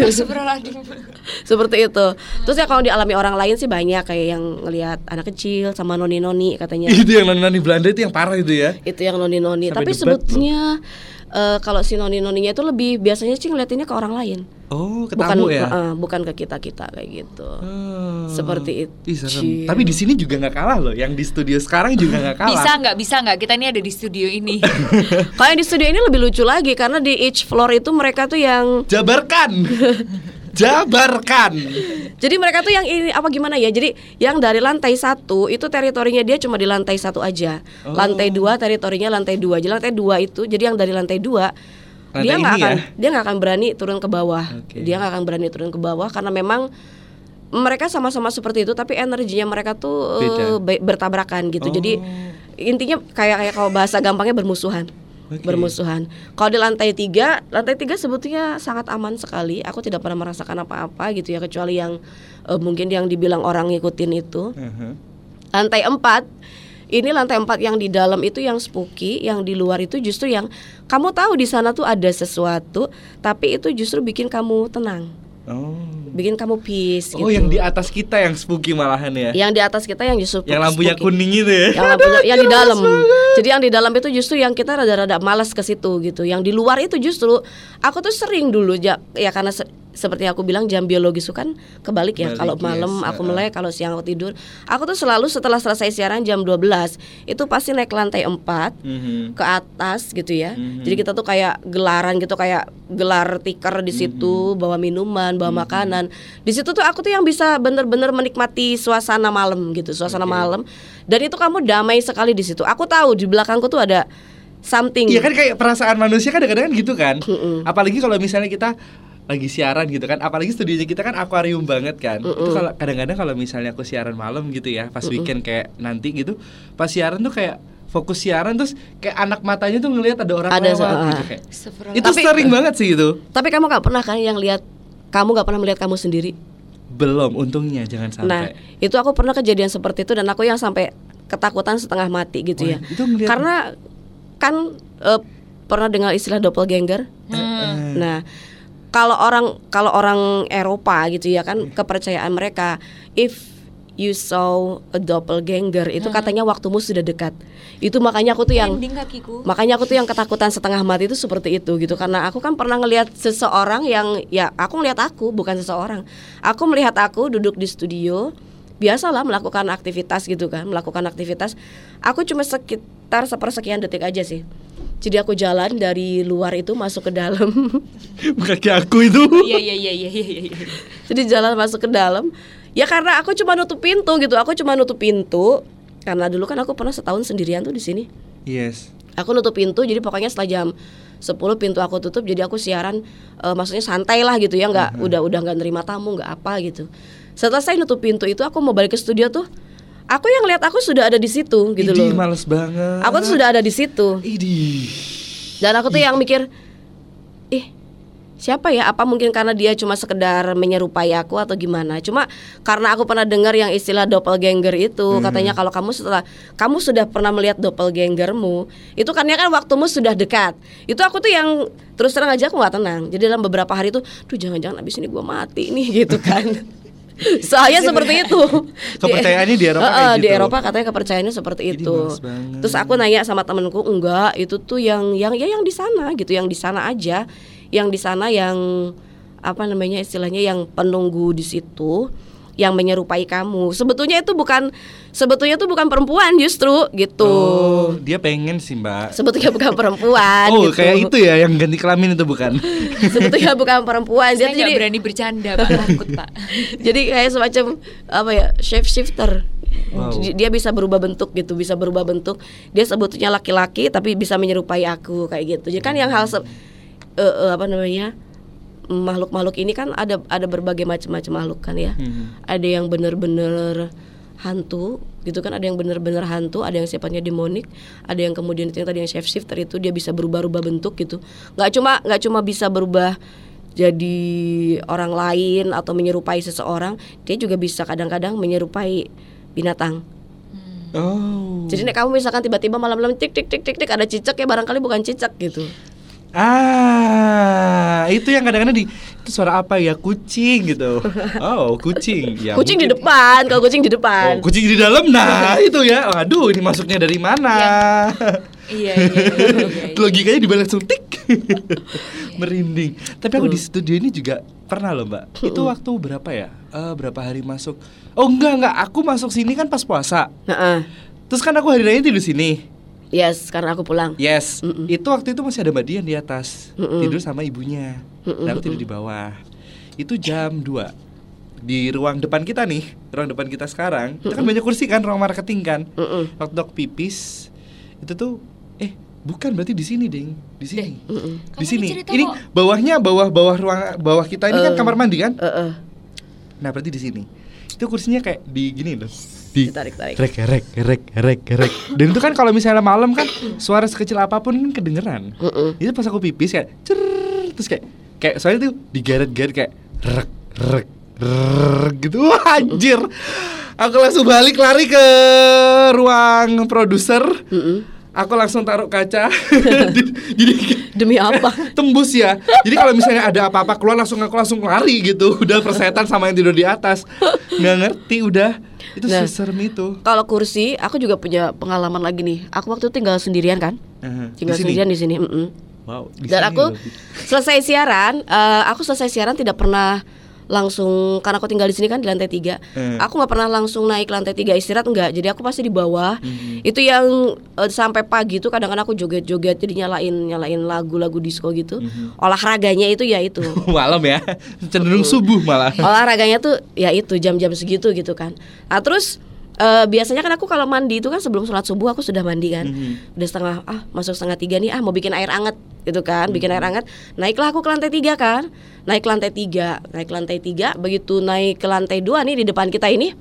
Seperti itu. Terus ya kalau dialami orang lain sih banyak kayak yang ngelihat anak kecil sama noni-noni katanya. Itu yang noni-noni Belanda itu yang parah itu ya. Itu yang noni-noni. Sampai tapi sebetulnya uh, kalau si noni-noninya itu lebih biasanya sih ngeliatinnya ke orang lain. Oh, ke bukan, tamu ya? Uh, bukan ke kita-kita kayak gitu. Oh. Seperti itu. Ih, tapi di sini juga nggak kalah loh. Yang di studio sekarang juga nggak kalah. Bisa nggak? Bisa nggak? Kita ini ada di studio ini. Kalau yang di studio ini lebih lucu lagi karena di each floor itu mereka tuh yang jabarkan. Jabarkan. Jadi mereka tuh yang ini apa gimana ya? Jadi yang dari lantai satu itu teritorinya dia cuma di lantai satu aja. Oh. Lantai dua teritorinya lantai dua. Jadi lantai dua itu, jadi yang dari lantai dua lantai dia nggak akan ya? dia nggak akan berani turun ke bawah. Okay. Dia nggak akan berani turun ke bawah karena memang mereka sama-sama seperti itu, tapi energinya mereka tuh uh, bertabrakan gitu. Oh. Jadi intinya kayak kayak kalau bahasa gampangnya bermusuhan. Okay. Bermusuhan. Kalau di lantai tiga, lantai tiga sebetulnya sangat aman sekali. Aku tidak pernah merasakan apa-apa gitu ya, kecuali yang uh, mungkin yang dibilang orang ngikutin itu. Uh-huh. Lantai empat, ini lantai empat yang di dalam itu yang spooky, yang di luar itu justru yang kamu tahu di sana tuh ada sesuatu, tapi itu justru bikin kamu tenang. Oh. Bikin kamu peace. Oh, gitu. Yang di atas kita yang spooky malahan ya? Yang di atas kita yang justru yang lampunya spooky. Kuning itu ya? Yang lampunya yang di dalam. Jadi yang di dalam itu justru yang kita rada-rada malas ke situ gitu. Yang di luar itu justru aku tuh sering dulu ya, ya karena se- seperti aku bilang jam biologis itu kan kebalik ya. Kalau malam yes, aku melek, kalau siang aku tidur. Aku tuh selalu setelah selesai siaran jam dua belas itu pasti naik ke lantai empat mm-hmm. ke atas gitu ya. Mm-hmm. Jadi kita tuh kayak gelaran gitu, kayak gelar tikar di situ, mm-hmm. bawa minuman, bawa mm-hmm. makanan. Di situ tuh aku tuh yang bisa bener-bener menikmati suasana malam gitu, suasana okay. malam. Dan itu kamu damai sekali di situ. Aku tahu di belakangku tuh ada something. Iya kan, kayak perasaan manusia kan kadang-kadang gitu kan. Mm-mm. Apalagi kalau misalnya kita lagi siaran gitu kan, apalagi studionya kita kan akuarium banget kan. Mm-mm. Itu kalau kadang-kadang kalau misalnya aku siaran malam gitu ya, pas Mm-mm. weekend kayak nanti gitu, pas siaran tuh kayak fokus siaran terus kayak anak matanya tuh ngelihat ada orang ada lewat uh, gitu kayak. Itu tapi, sering banget sih itu. Tapi kamu gak pernah kan yang lihat, kamu gak pernah melihat kamu sendiri? Belum, untungnya jangan sampai. Nah, itu aku pernah kejadian seperti itu dan aku yang sampai ketakutan setengah mati gitu oh, ya. Karena kan uh, pernah dengar istilah doppelganger. Hmm. Nah, kalau orang kalau orang Eropa gitu ya kan, kepercayaan mereka, if you saw a doppelganger itu hmm. katanya waktumu sudah dekat. Itu makanya aku tuh yang makanya aku tuh yang ketakutan setengah mati itu seperti itu gitu, karena aku kan pernah ngelihat seseorang yang ya aku ngelihat aku bukan seseorang. Aku melihat aku duduk di studio biasalah melakukan aktivitas gitu kan, melakukan aktivitas. Aku cuma sekitar sepersekian detik aja sih. Jadi aku jalan dari luar itu masuk ke dalam. Kaki aku itu. Iya iya iya iya iya. Jadi jalan masuk ke dalam. Ya karena aku cuma nutup pintu gitu. Aku cuma nutup pintu karena dulu kan aku pernah setahun sendirian tuh di sini. Yes. Aku nutup pintu, jadi pokoknya setelah jam sepuluh pintu aku tutup. Jadi aku siaran, uh, maksudnya santai lah gitu ya, nggak uh-huh. udah udah nggak nerima tamu, nggak apa gitu. Setelah saya nutup pintu itu, aku mau balik ke studio tuh, aku yang lihat aku sudah ada di situ gitu Idi, loh. males banget. Aku tuh sudah ada di situ. Idi. Dan aku tuh Idi. yang mikir, ih siapa ya? Apa mungkin karena dia cuma sekedar menyerupai aku atau gimana? Cuma karena aku pernah dengar yang istilah doppelganger itu, hmm. katanya kalau kamu setelah kamu sudah pernah melihat doppelgangermu, itu karena kan waktumu sudah dekat. Itu aku tuh yang terus terang aja aku nggak tenang. Jadi dalam beberapa hari itu, tuh jangan-jangan abis ini gue mati nih gitu kan. Saya seperti itu. Kepercayaannya di Eropa Uh, kayak Di gitu. Eropa katanya kepercayaannya seperti Jadi itu. males banget. Terus aku nanya sama temenku, enggak, itu tuh yang yang ya yang di sana gitu, yang di sana aja, yang di sana yang apa namanya istilahnya yang penunggu di situ, yang menyerupai kamu. Sebetulnya itu bukan sebetulnya itu bukan perempuan justru gitu. Oh, dia pengen sih Mbak. Sebetulnya bukan perempuan. Oh, gitu. kayak itu ya yang ganti kelamin itu bukan? Sebetulnya bukan perempuan. Saya Dia nggak jadi berani bercanda, Pak, takut Pak. jadi kayak semacam apa ya, shape shifter. Wow. J- Dia bisa berubah bentuk gitu, bisa berubah bentuk. Dia sebetulnya laki-laki tapi bisa menyerupai aku kayak gitu. Jadi kan yang hal se- eh, eh, apa namanya makhluk-makhluk ini kan ada ada berbagai macam-macam makhluk kan ya. Hmm. Ada yang benar-benar hantu gitu kan, ada yang benar-benar hantu, ada yang sifatnya demonik, ada yang kemudian itu yang tadi yang shape shifter itu dia bisa berubah-ubah bentuk gitu. Nggak cuma nggak cuma bisa berubah jadi orang lain atau menyerupai seseorang, dia juga bisa kadang-kadang menyerupai binatang. Oh. Jadi nek kamu misalkan tiba-tiba malam-malam tik tik tik tik tik ada cicak ya barangkali bukan cicak gitu. Ah, itu yang kadang-kadang di itu suara apa ya, kucing gitu. Oh, kucing. Ya, Kucing di mungkin- depan, kalau kucing di Oh, depan. kucing di dalam. Nah, itu ya. Aduh, ini masuknya dari mana? Iya, iya, iya, iya, iya. Logikanya dibalik langsung tik. Merinding. Tapi aku di studio ini juga pernah loh, Mbak. Itu waktu berapa ya? Eh, berapa hari masuk? Oh, enggak, enggak. Aku masuk sini kan pas puasa. Heeh. Terus kan aku hari raya tidur sini. Yes, karena aku pulang. Yes, Mm-mm. itu waktu itu masih ada Mbak Dian di atas. Mm-mm. Tidur sama ibunya. Mm-mm, Nah, aku tidur di bawah. Itu jam dua. Di ruang depan kita nih, ruang depan kita sekarang. Itu kan banyak kursi kan, ruang marketing kan. Mm-mm. Waktu aku pipis, itu tuh eh bukan berarti di sini, Ding. Di sini. Mm-mm. Di Kamu sini. cerita Ini kok. bawahnya bawah bawah ruang bawah kita ini kan Eh. kamar mandi kan? Heeh. Nah, berarti di sini. Itu kursinya kayak di gini loh. Di Ditarik-tarik. rek rek rek rek rek. Dan itu kan kalau misalnya malam kan suara sekecil apapun kan kedengeran. Mm-mm. Itu pas aku pipis kayak cer, terus kayak kayak soalnya tuh digeret-geret kayak rek rek rek gitu. Wah, anjir. Aku langsung balik lari ke ruang produser. Mm-mm. Aku langsung taruh kaca. Jadi Demi apa? tembus ya. Jadi kalau misalnya ada apa-apa keluar langsung aku langsung lari gitu. Udah persetan sama yang tidur di atas. Nggak ngerti udah. Itu Nah. seserem itu. Kalau kursi, aku juga punya pengalaman lagi nih. Aku waktu itu tinggal sendirian kan, Aha, tinggal di sini? sendirian di sini. mm-mm. Wow, di Dan sini aku loh. selesai siaran, eh, aku selesai siaran tidak pernah langsung, karena aku tinggal di sini kan di lantai tiga. Eh. Aku nggak pernah langsung naik lantai tiga istirahat enggak. Jadi aku pasti di bawah. Mhm. Itu yang eh, sampai pagi tuh kadang-kadang aku joget-joget, jadi nyalain nyalain lagu-lagu disco gitu. Mhm. Olahraganya itu ya itu. malam ya, cenderung subuh malah. Olahraganya tuh ya itu jam-jam segitu gitu kan. Nah terus eh, biasanya kan aku kalau mandi itu kan sebelum sholat subuh aku sudah mandi kan. Mhm. Udah setengah ah masuk setengah tiga nih, ah mau bikin air anget gitu kan, bikin air anget. Naiklah aku ke lantai tiga kan, naik ke lantai tiga, naik ke lantai tiga. Begitu naik ke lantai dua nih di depan kita ini,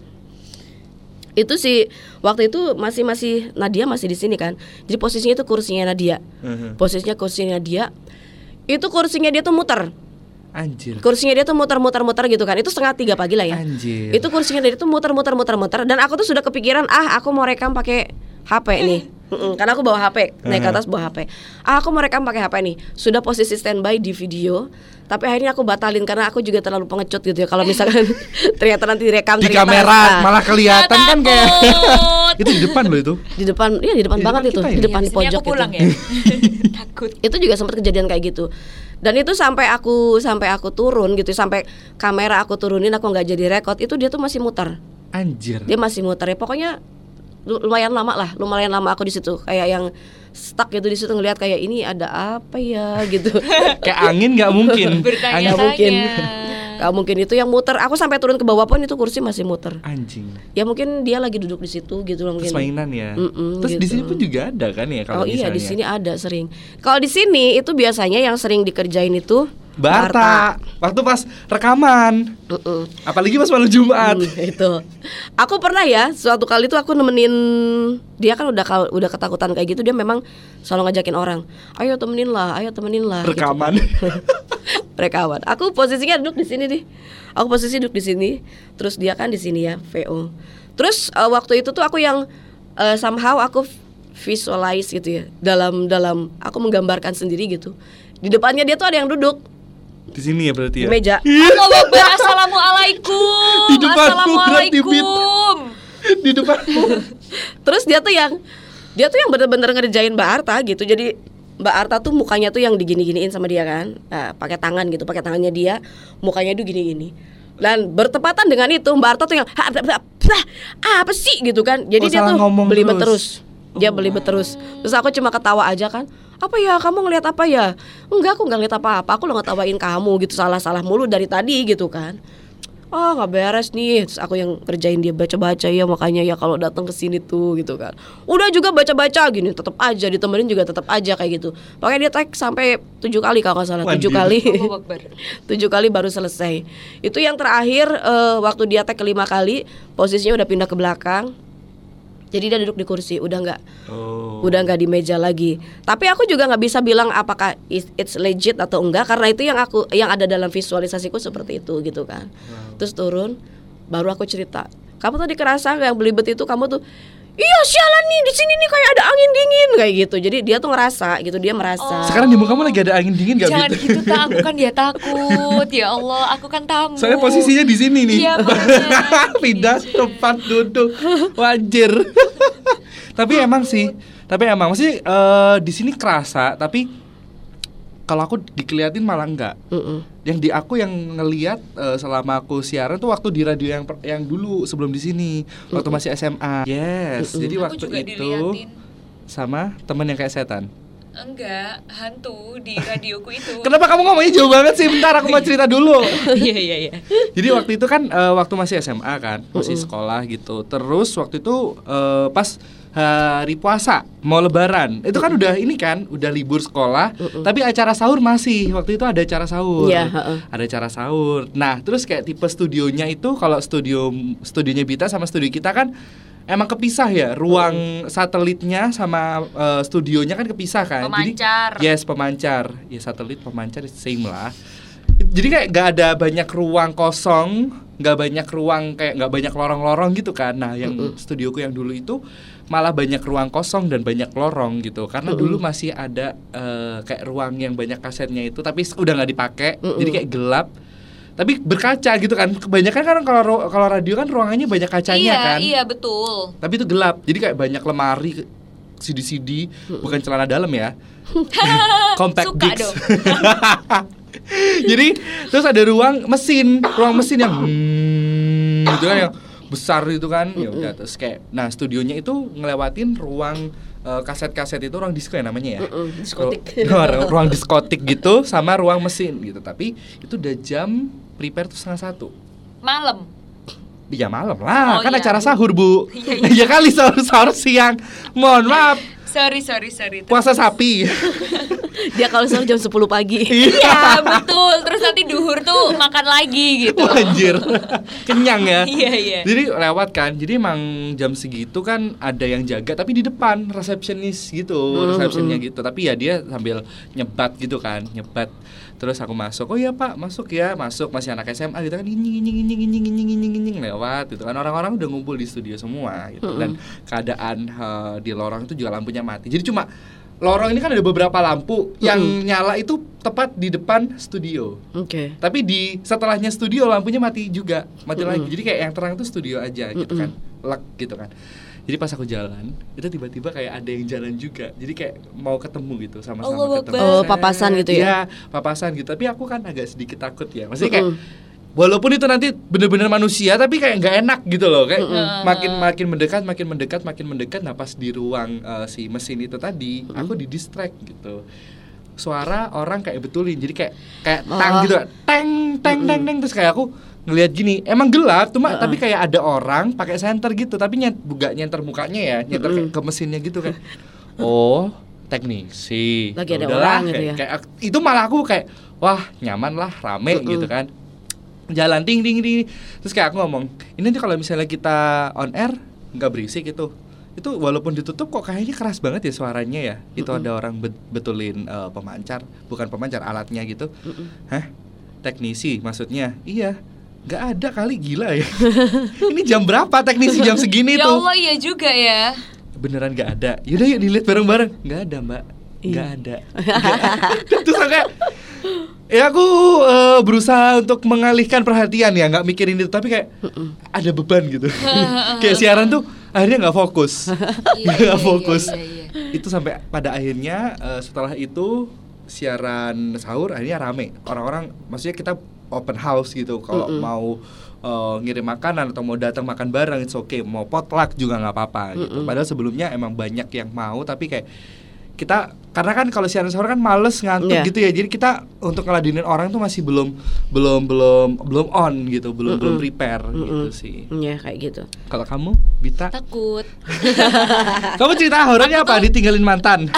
itu sih waktu itu masih masih Nadia masih di sini kan. Jadi posisinya itu kursinya Nadia, Mhm. posisinya kursinya Nadia. Itu kursinya dia tuh muter. Anjir. Kursinya dia tuh muter-muter-muter gitu kan. Itu setengah tiga pagi lah ya. Anjir. Itu kursinya dia tuh muter-muter-muter-muter. Dan aku tuh sudah kepikiran, ah aku mau rekam pakai H P nih. Mm-mm, karena aku bawa H P, naik ke atas bawa H P. Ah aku mau rekam pakai H P nih. Sudah posisi standby di video. Tapi akhirnya aku batalin karena aku juga terlalu pengecut gitu ya. Kalau misalkan ternyata nanti direkam Di ternyata, kamera ah, malah kelihatan kan kayak Takut. itu di depan loh itu. di depan, iya di depan Di banget depan itu, kita di ini. depan di Sini pojok aku pulang itu. ya. Takut. Itu juga sempat kejadian kayak gitu. Dan itu sampai aku sampai aku turun gitu, sampai kamera aku turunin aku nggak jadi rekod, itu dia tuh masih muter. Anjir. Dia masih muter ya. Pokoknya lu- lumayan lama lah, lumayan lama aku di situ kayak yang stuck gitu di situ ngelihat kayak ini ada apa ya gitu. Kayak angin nggak mungkin. Bertanya-tanya. Nggak mungkin. Gak mungkin itu yang muter. Aku sampai turun ke bawah pun itu kursi masih muter. Anjing. Ya mungkin dia lagi duduk di situ gitu loh Terus mungkin. mainan ya. Mm-mm, Terus di gitu. sini pun juga ada kan ya kalau Oh iya misalnya. di sini ada sering. Kalau di sini itu biasanya yang sering dikerjain itu Barta. Waktu pas rekaman. Mm-mm. Apalagi pas malam Jumat. Hmm, itu. Aku pernah ya, suatu kali tuh aku nemenin dia kan udah ka- udah ketakutan kayak gitu, dia memang selalu ngajakin orang, "Ayo temenin lah, ayo temenin lah." gitu. Rekaman. Rekaman. Aku posisinya duduk di sini nih. Aku posisi duduk di sini, terus dia kan di sini ya, V O. Terus uh, waktu itu tuh aku yang uh, somehow aku visualize gitu ya, dalam dalam aku menggambarkan sendiri gitu. Di depannya dia tuh ada yang duduk. Di sini ya berarti Di ya. meja. Allahu Akbar, assalamualaikum. Di depanmu, Assalamualaikum. Di depanmu. Terus dia tuh yang dia tuh yang bener-bener ngerjain Mbak Arta gitu. Jadi Mbak Arta tuh mukanya tuh yang digini-giniin sama dia kan, uh, pakai tangan gitu, pakai tangannya dia, mukanya tuh gini-gini. Dan bertepatan dengan itu Mbak Arta tuh yang "Ha, blah, blah, blah, apa sih gitu kan. Jadi Oh, dia salah tuh ngomong belibet terus. terus. Dia belibet terus. Terus aku cuma ketawa aja kan. Apa ya, kamu ngelihat apa ya? Enggak, aku nggak ngeliat apa-apa. Aku lo ngetawain kamu gitu, salah-salah mulu dari tadi gitu kan. Oh nggak beres nih. Terus aku yang kerjain dia baca-baca ya, makanya ya kalau datang ke sini tuh gitu kan. Udah juga baca-baca gini, tetap aja ditemenin juga tetap aja kayak gitu. Makanya dia tag sampai tujuh kali kalau nggak salah, tujuh Wandir. kali. Allahu Akbar. Tujuh kali baru selesai. Itu yang terakhir eh, waktu dia tag kelima kali, posisinya udah pindah ke belakang. Jadi dia duduk di kursi, udah nggak, Oh. udah nggak di meja lagi. Tapi aku juga nggak bisa bilang apakah it's it's legit atau enggak, karena itu yang aku yang ada dalam visualisasiku seperti itu gitu kan. Wow. Terus turun, baru aku cerita. Kamu tadi kerasa yang belibet itu kamu tuh, iya sialan nih di sini nih kayak ada angin dingin kayak gitu. Jadi dia tuh ngerasa gitu, dia merasa. Sekarang di mukamu lagi ada angin dingin gak Jangan gitu? gitu, tak, aku kan dia takut. Ya Allah, aku kan tamu. Soalnya posisinya di sini nih. Iya, makanya. Pindah tempat duduk. Wajir. Tapi emang sih, tapi emang masih di sini kerasa, tapi kalau aku dikeliatin malah enggak. Mm-mm. Yang di aku yang ngelihat eh, selama aku siaran tuh waktu di radio yang per- yang dulu sebelum di sini, waktu masih S M A. Yes. Jadi Aku waktu juga itu diliatin. sama temen yang kayak setan. Enggak, hantu di radioku itu. Kenapa kamu ngomongnya jauh banget sih? Bentar aku mau cerita dulu. Iya iya iya. Jadi waktu itu kan eh, waktu masih S M A kan, masih sekolah gitu. Terus waktu itu eh, pas hari puasa mau lebaran, itu kan udah ini kan, udah libur sekolah, tapi acara sahur masih. Waktu itu ada acara sahur. Iya, heeh. Ada acara sahur. Nah, terus kayak tipe studionya itu kalau studio studionya Bita sama studio kita kan emang kepisah ya, ruang satelitnya sama eh, studionya kan kepisah kan. Pemancar. Jadi yes, pemancar. Ya satelit pemancar same lah. Jadi kayak gak ada banyak ruang kosong, gak banyak ruang kayak gak banyak lorong-lorong gitu kan. Nah yang Mm-mm. studioku yang dulu itu malah banyak ruang kosong dan banyak lorong gitu. Karena Mm-mm. dulu masih ada eh, kayak ruang yang banyak kasetnya itu, tapi udah gak dipakai. Mm-mm. Jadi kayak gelap. Tapi berkaca gitu kan. Kebanyakan kan kalau ru- kalau radio kan ruangannya banyak kacanya Iya kan. iya betul. Tapi itu gelap. Jadi kayak banyak lemari, C D C D, bukan celana dalam ya. Compact Suka disc. dong. Jadi terus ada ruang mesin, ruang mesin yang hmm, gitu kan yang besar itu kan. Ya udah terus kayak nah studionya itu ngelewatin ruang eh, kaset-kaset itu ruang disco ya namanya ya. Mm-mm, diskotik. Ruang, ruang diskotik gitu sama ruang mesin gitu. Tapi itu udah jam prepare tuh setengah satu. Malam. Iya malam lah, Oh, kan iya. acara sahur bu. Iya, iya. Iya kali sahur sahur siang. Mohon maaf, Sorry sorry sorry. puasa sapi. Dia kalau sahur jam sepuluh pagi. Iya betul. Terus nanti duhur tuh makan lagi gitu. Anjir, kenyang ya. Iya iya. Jadi lewat kan, jadi emang jam segitu kan ada yang jaga, tapi di depan resepsionis gitu, resepsionnya gitu. Tapi ya dia sambil nyebat gitu kan, nyebat. Terus aku masuk, oh iya pak, masuk ya, masuk masih anak S M A gitu kan, inying inying inying inying inying inying inying lewat gitu kan. Orang-orang udah ngumpul di studio semua gitu. Dan keadaan eh, di lorong itu juga lampunya mati. Jadi cuma lorong ini kan ada beberapa lampu yang nyala itu tepat di depan studio. Oke. Tapi di setelahnya studio lampunya mati juga, mati lagi. Jadi kayak yang terang itu studio aja gitu kan, lek gitu kan. Jadi pas aku jalan, itu tiba-tiba kayak ada yang jalan juga. Jadi kayak mau ketemu gitu, sama-sama Allahu ketemu. Akbar. Oh, papasan gitu ya? Iya, papasan gitu. Tapi aku kan agak sedikit takut ya. Maksudnya kayak walaupun itu nanti bener-bener manusia, tapi kayak nggak enak gitu loh. Kayak makin makin mendekat, makin mendekat, makin mendekat. Nah pas di ruang eh, si mesin itu tadi, aku di distract gitu. Suara orang kayak betulin, jadi kayak kayak tang Oh. gitu, teng teng teng teng terus kayak aku ngelihat gini, emang gelap, cuma tapi kayak ada orang pakai senter gitu, tapi nyet buka nyenter mukanya ya, nyenter kayak ke mesinnya gitu kan. Oh, teknisi. Lagi ada Udahlah, orang gitu kayak- ya. kayak ak- itu malah aku kayak wah nyaman lah, rame gitu kan. Jalan ting ting ting. Terus kayak aku ngomong, ini nanti kalau misalnya kita on air nggak berisik itu. Itu walaupun ditutup kok kayaknya keras banget ya suaranya ya. Itu ada orang bet- betulin eh, pemancar, bukan pemancar alatnya gitu. Hah? Teknisi maksudnya? Iya. Nggak ada kali, gila ya. Ini jam berapa teknisi jam segini Ya tuh? Allah iya juga ya. Beneran nggak ada. Yaudah yuk dilihat bareng-bareng. Nggak ada mbak. Nggak ada. Nggak ada. Terus aku kayak Ya aku uh, berusaha untuk mengalihkan perhatian ya, nggak mikirin itu, tapi kayak Mm-mm. ada beban gitu. Kayak siaran tuh akhirnya nggak fokus, nggak fokus. Iya, iya, iya. Itu sampai pada akhirnya uh, setelah itu siaran sahur akhirnya rame. Orang-orang, maksudnya kita open house gitu. Kalau Mm-mm. mau uh, ngirim makanan atau mau datang makan bareng, it's okay. Mau potluck juga nggak apa-apa gitu. Padahal sebelumnya emang banyak yang mau, tapi kayak kita karena kan kalau siaran sahur kan males ngantuk yeah. gitu ya, jadi kita untuk ngeladenin orang tuh masih belum belum belum belum on gitu, belum Mm-mm. belum prepare Mm-mm. gitu sih. Iya yeah, kayak gitu. Kalau kamu, Bita? Takut. Kamu cerita horornya apa? Tuh... Ditinggalin mantan?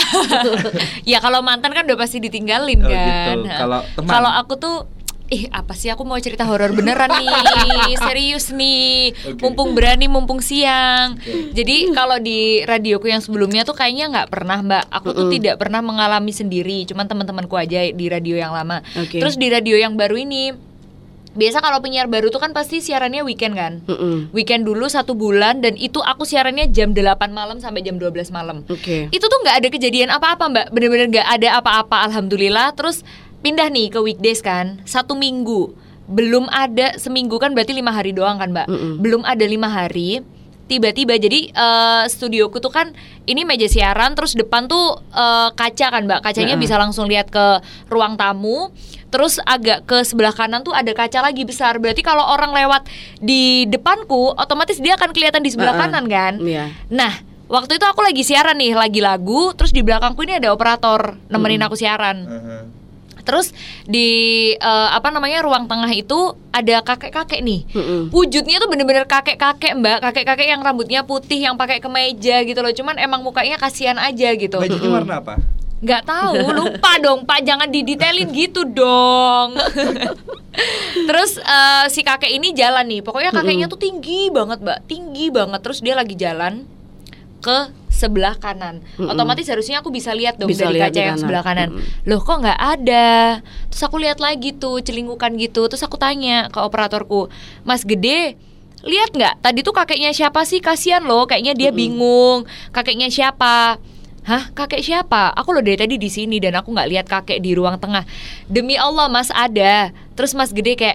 Ya kalau mantan kan udah pasti ditinggalin oh, kan. Gitu. Kalau teman? Kalau aku tuh ih apa sih, aku mau cerita horor beneran nih, serius nih, okay. mumpung berani, mumpung siang. Okay. Jadi kalau di radioku yang sebelumnya tuh kayaknya nggak pernah mbak, aku tuh Mm-mm. tidak pernah mengalami sendiri, cuman teman-temanku aja di radio yang lama. Okay. Terus di radio yang baru ini, biasa kalau penyiar baru tuh kan pasti siarannya weekend kan, Mm-mm. weekend dulu satu bulan, dan itu aku siarannya jam delapan malam sampai jam dua belas malam. Okay. Itu tuh nggak ada kejadian apa-apa mbak, bener-bener nggak ada apa-apa, alhamdulillah. Terus pindah nih ke weekdays kan, satu minggu belum ada, seminggu kan berarti lima hari doang kan mbak, Mm-mm. belum ada lima hari, tiba-tiba jadi uh, studioku tuh kan ini meja siaran, terus depan tuh uh, kaca kan mbak, kacanya nah. bisa langsung lihat ke ruang tamu, terus agak ke sebelah kanan tuh ada kaca lagi besar, berarti kalau orang lewat di depanku otomatis dia akan kelihatan di sebelah uh-uh. kanan kan, yeah. Nah waktu itu aku lagi siaran nih, lagi lagu, terus di belakangku ini ada operator nemenin mm-hmm. aku siaran. Uh-huh. Terus di uh, apa namanya ruang tengah itu ada kakek-kakek nih, Mm-mm. wujudnya tuh bener-bener kakek-kakek mbak, kakek-kakek yang rambutnya putih, yang pakai kemeja gitu loh. Cuman emang mukanya kasihan aja gitu. Bajunya warna apa? Gak tahu, lupa dong pak, jangan didetailin gitu dong. Terus uh, si kakek ini jalan nih, pokoknya kakeknya Mm-mm. tuh tinggi banget mbak, tinggi banget. Terus dia lagi jalan ke sebelah kanan, Mm-mm. otomatis harusnya aku bisa lihat dong bisa dari kaca yang kanan. sebelah kanan. Mm-mm. Loh kok nggak ada? Terus aku lihat lagi tuh celingukan gitu. Terus aku tanya ke operatorku, Mas Gede, lihat nggak? Tadi tuh kakeknya siapa sih? Kasian loh, kayaknya dia Mm-mm. bingung. Kakeknya siapa? Hah, kakek siapa? Aku loh dari tadi di sini dan aku nggak lihat kakek di ruang tengah. Demi Allah Mas ada. Terus Mas Gede kayak,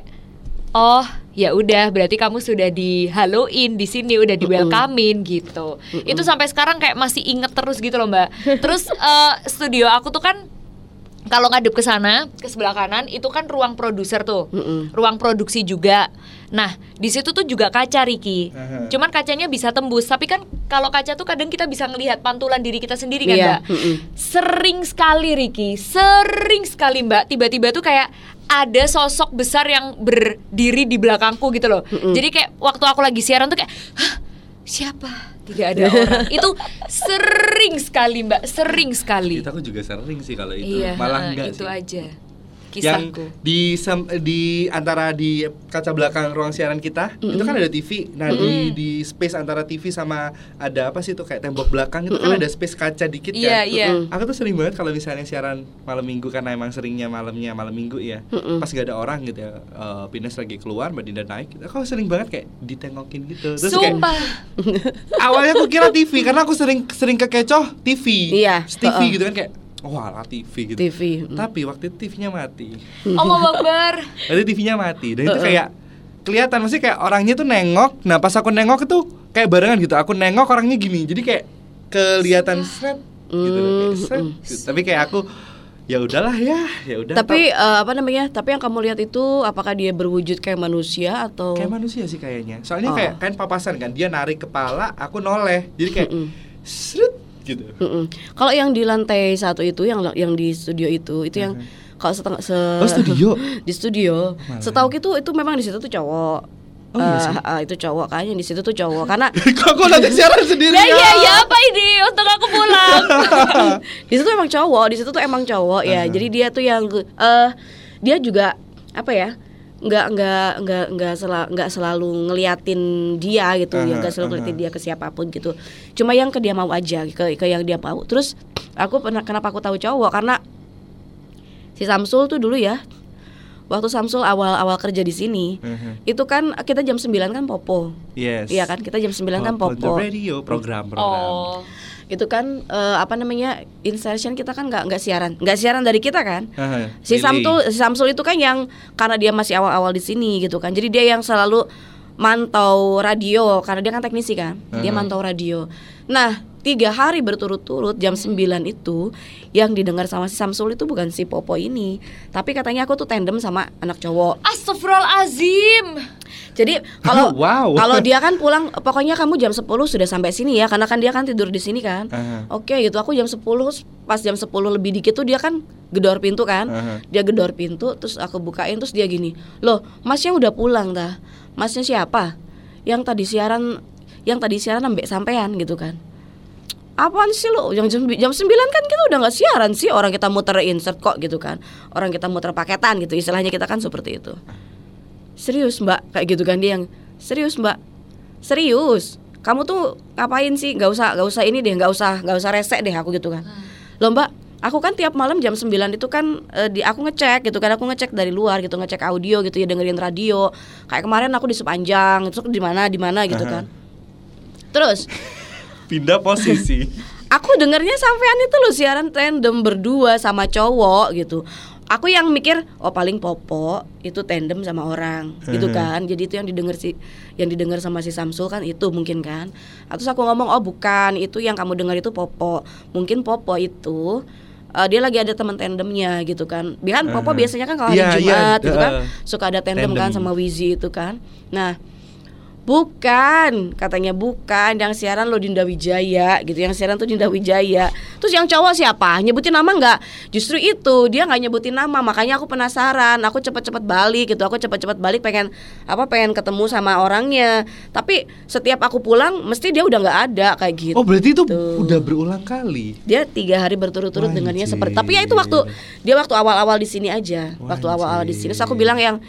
oh ya udah, berarti kamu sudah di haloin di sini, udah di welcomein gitu. Mm-mm. Itu sampai sekarang kayak masih inget terus gitu loh mbak. Terus uh, studio aku tuh kan kalau ngadep ke sana, ke sebelah kanan itu kan ruang produser tuh, Mm-mm. ruang produksi juga. Nah di situ tuh juga kaca Riki. Uh-huh. Cuman kacanya bisa tembus, tapi kan kalau kaca tuh kadang kita bisa ngelihat pantulan diri kita sendiri kan yeah. mbak. Mm-mm. Sering sekali Riki, sering sekali mbak, tiba-tiba tuh kayak ada sosok besar yang berdiri di belakangku gitu loh. Mm-mm. Jadi kayak waktu aku lagi siaran tuh kayak, hah, siapa? Tidak ada orang. Itu sering sekali mbak, sering sekali. Itu aku juga sering sih kalau itu. Iya, malah enggak itu sih. aja kisahku. Yang di di antara di kaca belakang ruang siaran kita, Mm-mm. itu kan ada T V. Nah, Mm-mm. di di space antara T V sama ada apa sih itu kayak tembok belakang itu Mm-mm. kan ada space kaca dikit kan. Iya, iya. Aku tuh sering banget kalau misalnya siaran malam Minggu, karena emang seringnya malamnya malam Minggu ya. Mm-mm. Pas gak ada orang gitu ya. Uh, Pines lagi keluar, Mbak Dinda naik. Aku sering banget kayak ditengokin gitu. Terus Sumpah. Kayak awalnya aku kira T V karena aku sering sering kekecoh T V. Iya. T V uh-uh. gitu kan kayak wah lah T V gitu. T V. Mm. Tapi waktu itu T V-nya mati. Allahu Akbar. Jadi T V-nya mati. Dan itu kayak kelihatan, maksudnya kayak orangnya tuh nengok. Nah pas aku nengok itu kayak barengan gitu. Aku nengok orangnya gini. Jadi kayak kelihatan seret gitu, kayak seret, gitu. Tapi kayak aku ya udahlah ya, ya udah. Tapi uh, apa namanya? Tapi yang kamu lihat itu apakah dia berwujud kayak manusia atau? Kayak manusia sih kayaknya. Soalnya oh. kayak kan papasan kan. Dia narik kepala, aku noleh. Jadi kayak seret gitu. Kalau yang di lantai satu itu, yang yang di studio itu, itu yang uh-huh. kalau setengah se oh, studio di studio, setahu itu itu memang di situ tuh cowok. Oh, iya sih? uh, uh, itu cowok kayaknya di situ tuh cowok karena kok aku nanti siaran sendiri. Nah, iya ya apa ini untuk aku pulang. Di situ emang cowok, di situ tuh emang cowok ya. Uh-huh. Jadi dia tuh yang uh, dia juga apa ya? nggak nggak nggak nggak selalu nggak selalu ngeliatin dia gitu, uh-huh, ya nggak selalu ngeliatin uh-huh. dia ke siapapun gitu, cuma yang ke dia mau aja, ke ke yang dia mau. Terus aku pernah, kenapa aku tahu cowok, karena si Samsul tuh dulu ya, waktu Samsul awal-awal kerja di sini, uh-huh. itu kan kita jam sembilan kan popo, yes. iya kan kita jam sembilan kan popo, radio program program. Oh. itu kan uh, apa namanya insertion kita kan nggak nggak siaran nggak siaran dari kita kan. Uh, si really? Samsul si Samsul itu kan yang karena dia masih awal-awal di sini gitu kan, jadi dia yang selalu mantau radio karena dia kan teknisi kan, uh-huh. dia mantau radio. Nah tiga hari berturut-turut jam sembilan itu yang didengar sama si Samsul itu bukan si Popo ini, tapi katanya aku tuh tandem sama anak cowok. Astagfirullahalazim. Jadi kalau wow. kalau dia kan pulang pokoknya kamu jam sepuluh sudah sampai sini ya, karena kan dia kan tidur di sini kan. Uh-huh. Oke gitu, aku jam sepuluh, pas jam sepuluh lebih dikit tuh dia kan gedor pintu kan. Uh-huh. Dia gedor pintu terus aku bukain terus dia gini, "Loh, Masnya udah pulang dah. Masnya siapa? Yang tadi siaran yang tadi siaran ambek sampean gitu kan." Apaan sih lo? Yang jam, jam sembilan kan kita udah gak siaran sih, orang kita muter insert kok gitu kan. Orang kita muter paketan gitu, istilahnya kita kan seperti itu. Serius mbak, kayak gitu kan dia yang serius mbak, serius. Kamu tuh ngapain sih? Gak usah, gak usah ini deh, gak usah, gak usah resek deh aku gitu kan. Loh mbak, aku kan tiap malam jam sembilan itu kan uh, di aku ngecek gitu kan, aku ngecek dari luar gitu, ngecek audio gitu ya, dengerin radio. Kayak kemarin aku di Sepanjang, terus di mana di mana gitu kan. Terus pindah posisi. Aku dengernya sampean itu loh siaran tandem berdua sama cowok gitu. Aku yang mikir oh paling Popo itu tandem sama orang gitu kan. Jadi itu yang didengar si yang didengar sama si Samsul kan itu mungkin kan. Terus aku ngomong oh bukan, itu yang kamu dengar itu Popo. Mungkin Popo itu uh, dia lagi ada teman tandemnya gitu kan. Biar Popo uh-huh. biasanya kan kalau hari yeah, Jumat yeah, gitu uh, kan suka ada tandem, tandem kan sama Wizi itu kan. Nah bukan, katanya bukan, yang siaran lo Dinda Wijaya gitu, yang siaran tuh Dinda Wijaya. Terus yang cowok siapa? Nyebutin nama nggak? Justru itu dia nggak nyebutin nama, makanya aku penasaran. Aku cepet-cepet balik gitu, aku cepet-cepet balik pengen apa? Pengen ketemu sama orangnya. Tapi setiap aku pulang, mesti dia udah nggak ada kayak gitu. Oh berarti itu udah berulang kali? Dia tiga hari berturut-turut dengannya seperti. Tapi ya itu waktu dia waktu awal-awal di sini aja, Wajib. waktu awal-awal di sini. Terus aku bilang yang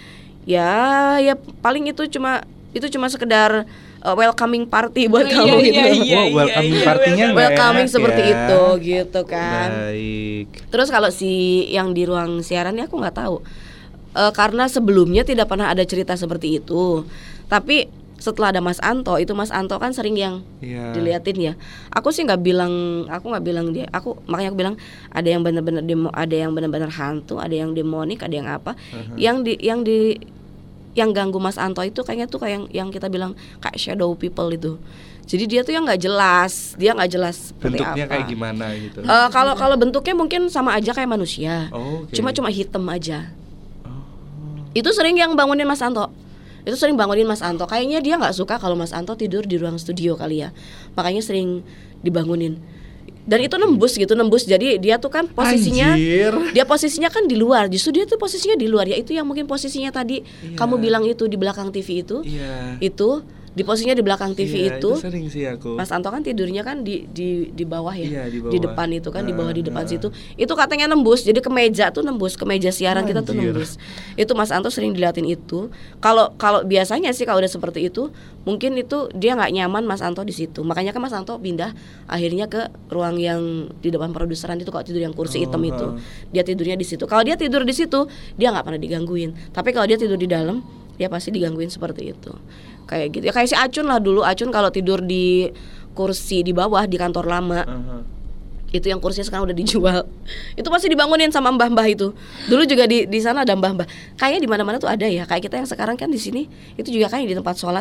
ya ya paling itu cuma itu cuma sekedar uh, welcoming party buat oh, kamu iya, gitu. Iya, iya, oh, welcoming iya, partinya iya, welcoming enak seperti ya. itu gitu kan. Baik. Terus kalau si yang di ruang siarannya aku nggak tahu. Uh, karena sebelumnya tidak pernah ada cerita seperti itu. Tapi setelah ada Mas Anto, itu Mas Anto kan sering yang yeah. diliatin ya. Aku sih nggak bilang, aku nggak bilang dia. Aku makanya aku bilang ada yang benar-benar demo, ada yang benar-benar hantu, ada yang demonik, ada yang apa. Uh-huh. Yang di yang di yang ganggu Mas Anto itu kayaknya tuh kayak yang, yang kita bilang kayak shadow people itu. Jadi dia tuh yang nggak jelas, dia nggak jelas bentuknya apa. kayak gimana gitu. Uh, kalau kalau bentuknya mungkin sama aja kayak manusia, oh, okay. cuma cuma hitam aja. Oh. Itu sering yang bangunin Mas Anto. Itu sering bangunin Mas Anto. Kayaknya dia nggak suka kalau Mas Anto tidur di ruang studio kali ya. Makanya sering dibangunin. Dan itu nembus gitu, nembus. Jadi dia tuh kan posisinya Anjir. Dia posisinya kan di luar. Justru dia tuh posisinya di luar. Ya itu yang mungkin posisinya tadi yeah. kamu bilang itu di belakang T V itu. yeah. Itu di posisinya di belakang T V yeah, itu. itu sering sih aku. Mas Anto kan tidurnya kan di di di bawah ya. yeah, di, bawah. Di depan itu kan, uh, di bawah di depan uh. situ. Itu katanya nembus. Jadi ke meja tuh nembus, ke meja siaran Anjir. Kita tuh nembus. Itu Mas Anto sering diliatin itu. Kalau kalau biasanya sih kalau udah seperti itu, mungkin itu dia nggak nyaman Mas Anto di situ. Makanya kan Mas Anto pindah akhirnya ke ruang yang di depan produseran itu, kalau tidur yang kursi hitam oh, itu. Dia tidurnya di situ. Kalau dia tidur di situ, dia nggak pernah digangguin. Tapi kalau dia tidur di dalam, dia pasti digangguin seperti itu. Kayak gitu. Ya kayak si Acun lah dulu. Acun kalau tidur di kursi di bawah di kantor lama. Uh-huh. Itu yang kursinya sekarang udah dijual. Itu pasti dibangunin sama mbah-mbah itu. Dulu juga di di sana ada mbah-mbah. Kayaknya di mana-mana tuh ada ya. Kayak kita yang sekarang kan di sini itu juga kayak di tempat sholat.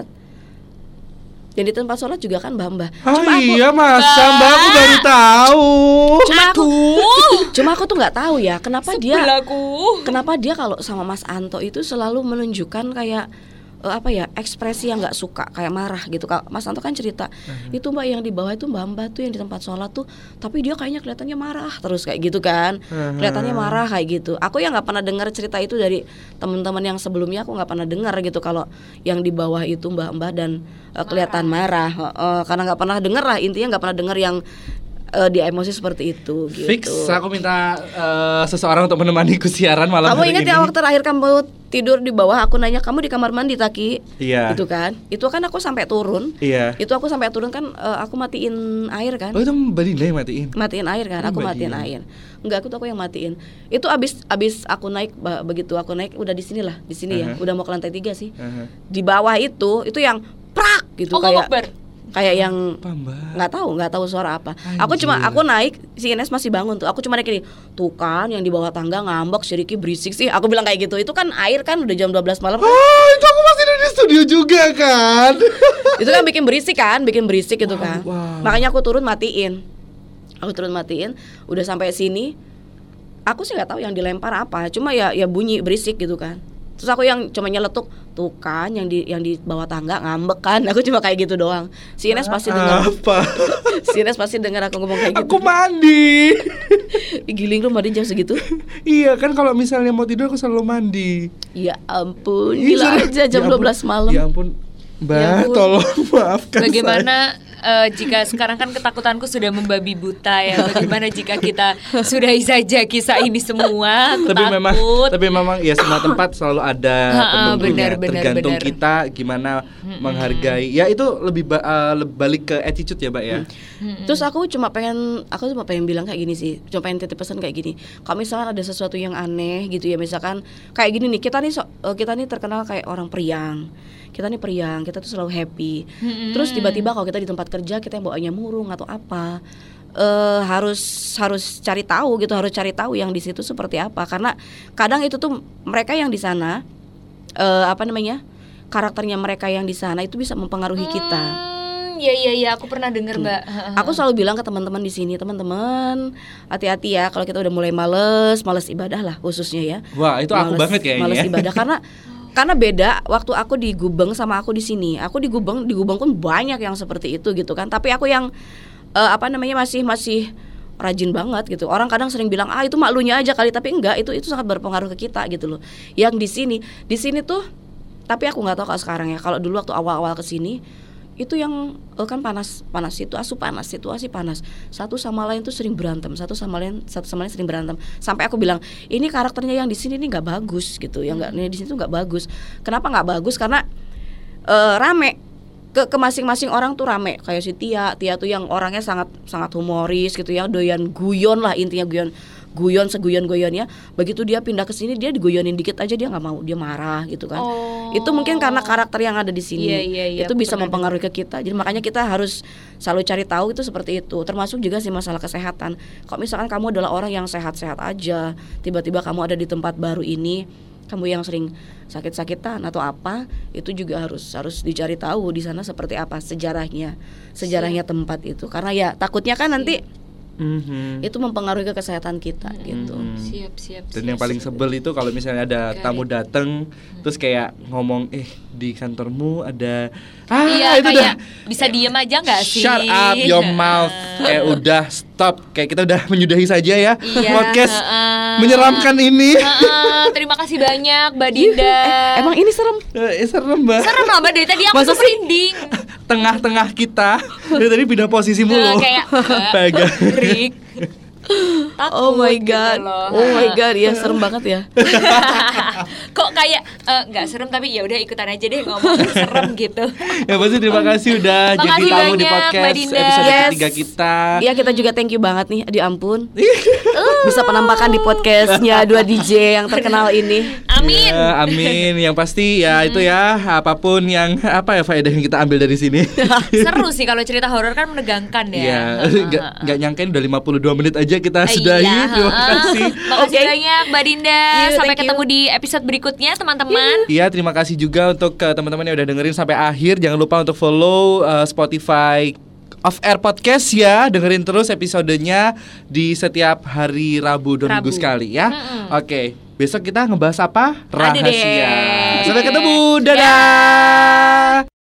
Yang di tempat sholat juga kan mbah-mbah. Cuma oh, iya masa mbak aku baru tahu. Cuma aku, cuma aku tuh nggak tahu ya kenapa dia, Sebelaku. kenapa dia kalau sama Mas Anto itu selalu menunjukkan kayak uh, apa ya ekspresi yang nggak suka, kayak marah gitu. Mas Anto kan cerita uh-huh. itu mbak yang di bawah itu mbak-mbak tuh yang di tempat sholat tuh, tapi dia kayaknya kelihatannya marah terus kayak gitu kan, uh-huh. kelihatannya marah kayak gitu. Aku yang nggak pernah dengar cerita itu dari teman-teman yang sebelumnya, aku nggak pernah dengar gitu kalau yang di bawah itu mbak-mbak dan uh, kelihatan marah, uh, uh, karena nggak pernah dengar lah, intinya nggak pernah dengar yang Uh, dia emosi seperti itu gitu. Fix, aku minta uh, seseorang untuk menemaniku siaran malam kamu hari ini. Kamu ingat ya waktu terakhir kamu tidur di bawah, aku nanya kamu di kamar mandi Taki. Iya. Itu kan, itu kan aku sampai turun. Iya. Itu aku sampai turun kan, uh, aku matiin air kan. Oh itu Mbak Dinda yang matiin? Matiin air kan, aku matiin air. Enggak, aku tuh aku yang matiin. Itu abis abis aku naik, begitu aku naik udah di sini lah, di sini uh-huh. ya, udah mau ke lantai tiga sih. Uh-huh. Di bawah itu, itu yang prak gitu oh, kayak. Akbar. Kayak yang Apa, Mbak? nggak tahu, nggak tahu suara apa. Anjir. Aku cuma aku naik, si Ines masih bangun tuh. Aku cuma naik gini, tuh kan yang di bawah tangga ngambek, si Ricky berisik sih. Aku bilang kayak gitu. Itu kan air kan udah jam dua belas malam kan. Oh, itu aku masih ada di studio juga kan. Itu kan bikin berisik kan, bikin berisik gitu kan. wow. Makanya aku turun matiin. Aku turun matiin, udah sampai sini. Aku sih nggak tahu yang dilempar apa, cuma ya ya bunyi berisik gitu kan. Terus aku yang cuma nyeletuk, tuh kan yang di yang di bawah tangga ngambek kan. Aku cuma kayak gitu doang. Si Ines pasti dengar. Apa? Si Ines pasti dengar aku ngomong kayak gitu. Aku mandi. Ih, giling lu mandi jam segitu? Iya kan kalau misalnya mau tidur aku selalu mandi. Ya ampun, Ih, gila serius. aja jam Ya dua belas ampun. malam. Ya ampun. Mbak, Ya ampun. tolong maafkan Bagaimana eh, jika sekarang kan ketakutanku sudah membabi buta ya. Bagaimana jika kita sudahi saja kisah ini semua? Aku tapi takut. memang tapi memang ya semua tempat selalu ada Ha-ha, penunggunya. benar, benar, Tergantung benar. kita gimana menghargai. Ya itu lebih ba- uh, le- balik ke attitude ya, Mbak ya. Terus aku cuma pengen aku cuma pengen bilang kayak gini sih. Cuma pengen titip pesan kayak gini. Kalau misalkan ada sesuatu yang aneh gitu ya, misalkan kayak gini nih, kita nih so- eh, kita nih terkenal kayak orang periang. Kita nih periang, kita tuh selalu happy. Terus tiba-tiba kalau kita di tempat kerja kita yang bawanya murung atau apa, eh harus harus cari tahu gitu, harus cari tahu yang di situ seperti apa. Karena kadang itu tuh mereka yang di sana eh apa namanya? karakternya mereka yang di sana itu bisa mempengaruhi kita. Hmm, iya iya iya, aku pernah dengar, Mbak. Aku selalu bilang ke teman-teman di sini, teman-teman, hati-hati ya kalau kita udah mulai males, males ibadah lah khususnya ya. Wah, itu aku Males- banget kayaknya. Males ya. ibadah karena karena beda waktu aku di Gubeng sama aku di sini. Aku di Gubeng, di Gubeng pun banyak yang seperti itu gitu kan. Tapi aku yang eh, apa namanya masih masih rajin banget gitu. Orang kadang sering bilang, "Ah, itu maklunya aja kali." Tapi enggak, itu itu sangat berpengaruh ke kita gitu loh. Yang di sini, di sini tuh tapi aku nggak tahu kalau sekarang ya. Kalau dulu waktu awal-awal ke sini itu yang eh, kan panas panas situasi panas situasi panas, satu sama lain tuh sering berantem, satu sama lain satu sama lain sering berantem, sampai aku bilang ini karakternya yang di sini nih nggak bagus gitu, yang nggak di sini tuh nggak bagus. Kenapa nggak bagus? Karena eh, rame ke ke masing-masing orang tuh rame, kayak si Tia Tia tuh yang orangnya sangat sangat humoris gitu ya, doyan guyon lah, intinya guyon guyon seguyon-goyonnya. Begitu dia pindah ke sini, dia digoyonin dikit aja dia nggak mau, dia marah gitu kan. Oh. Itu mungkin karena karakter yang ada di sini. Iya, iya, iya, itu aku bisa pernah mempengaruhi ke kita. Jadi makanya kita harus selalu cari tahu itu seperti itu. Termasuk juga sih masalah kesehatan. Kalau misalkan kamu adalah orang yang sehat-sehat aja, tiba-tiba kamu ada di tempat baru ini, kamu yang sering sakit-sakitan atau apa, itu juga harus harus dicari tahu di sana seperti apa sejarahnya, sejarahnya tempat itu. Karena ya takutnya kan nanti Mhm. itu mempengaruhi ke kesehatan kita gitu. Mhm. Siap siap. Dan siap, yang paling siap. sebel itu kalau misalnya ada Got tamu it. dateng terus kayak ngomong, eh di kantormu ada ah Iya, itu kayak udah bisa diem aja nggak sih? shut up your mouth. Kayak udah stop, kayak kita udah menyudahi saja ya Iya, podcast heeh. menyeramkan ini. Heeh, terima kasih banyak Mbak Dinda. Eh, emang ini serem. Eh, serem Mbak. Serem lah Mbak, dari tadi aku Masa tuh sih? merinding. Tengah-tengah kita dari tadi pindah posisi Eh, mulu. kayak eh, Pegang. Rick. Oh Takut my gitu god. loh. Oh my god, ya serem banget ya. Kok kayak eh, nggak serem tapi ya udah ikutan aja deh ngomong serem gitu. Ya pasti terima kasih udah jadi Makasih tamu di banyak, podcast Mbak Dinda. episode Yes. ketiga kita. Iya, kita juga thank you banget nih, di ampun. Bisa penampakan di podcastnya dua D J yang terkenal ini. Amin. Ya, amin. Yang pasti ya itu ya apapun yang apa ya faedah yang kita ambil dari sini. Seru sih kalau cerita horor kan menegangkan ya. Ya, nggak nggak nyangkain udah lima puluh dua menit aja kita Eh, sudahi. iya, Terima heeh. kasih. Makasih Oke. banyak Mbak Dinda. Iya, Sampai thank you. ketemu di episode berikutnya teman-teman. Iya, terima kasih juga untuk uh, teman-teman yang udah dengerin sampai akhir. Jangan lupa untuk follow uh, Spotify Off Air Podcast ya. Dengerin terus episodenya di setiap hari Rabu dua minggu Rabu. sekali ya. Oke, besok kita ngebahas apa? Ada deh. Rahasia. Sampai ketemu. Dadah.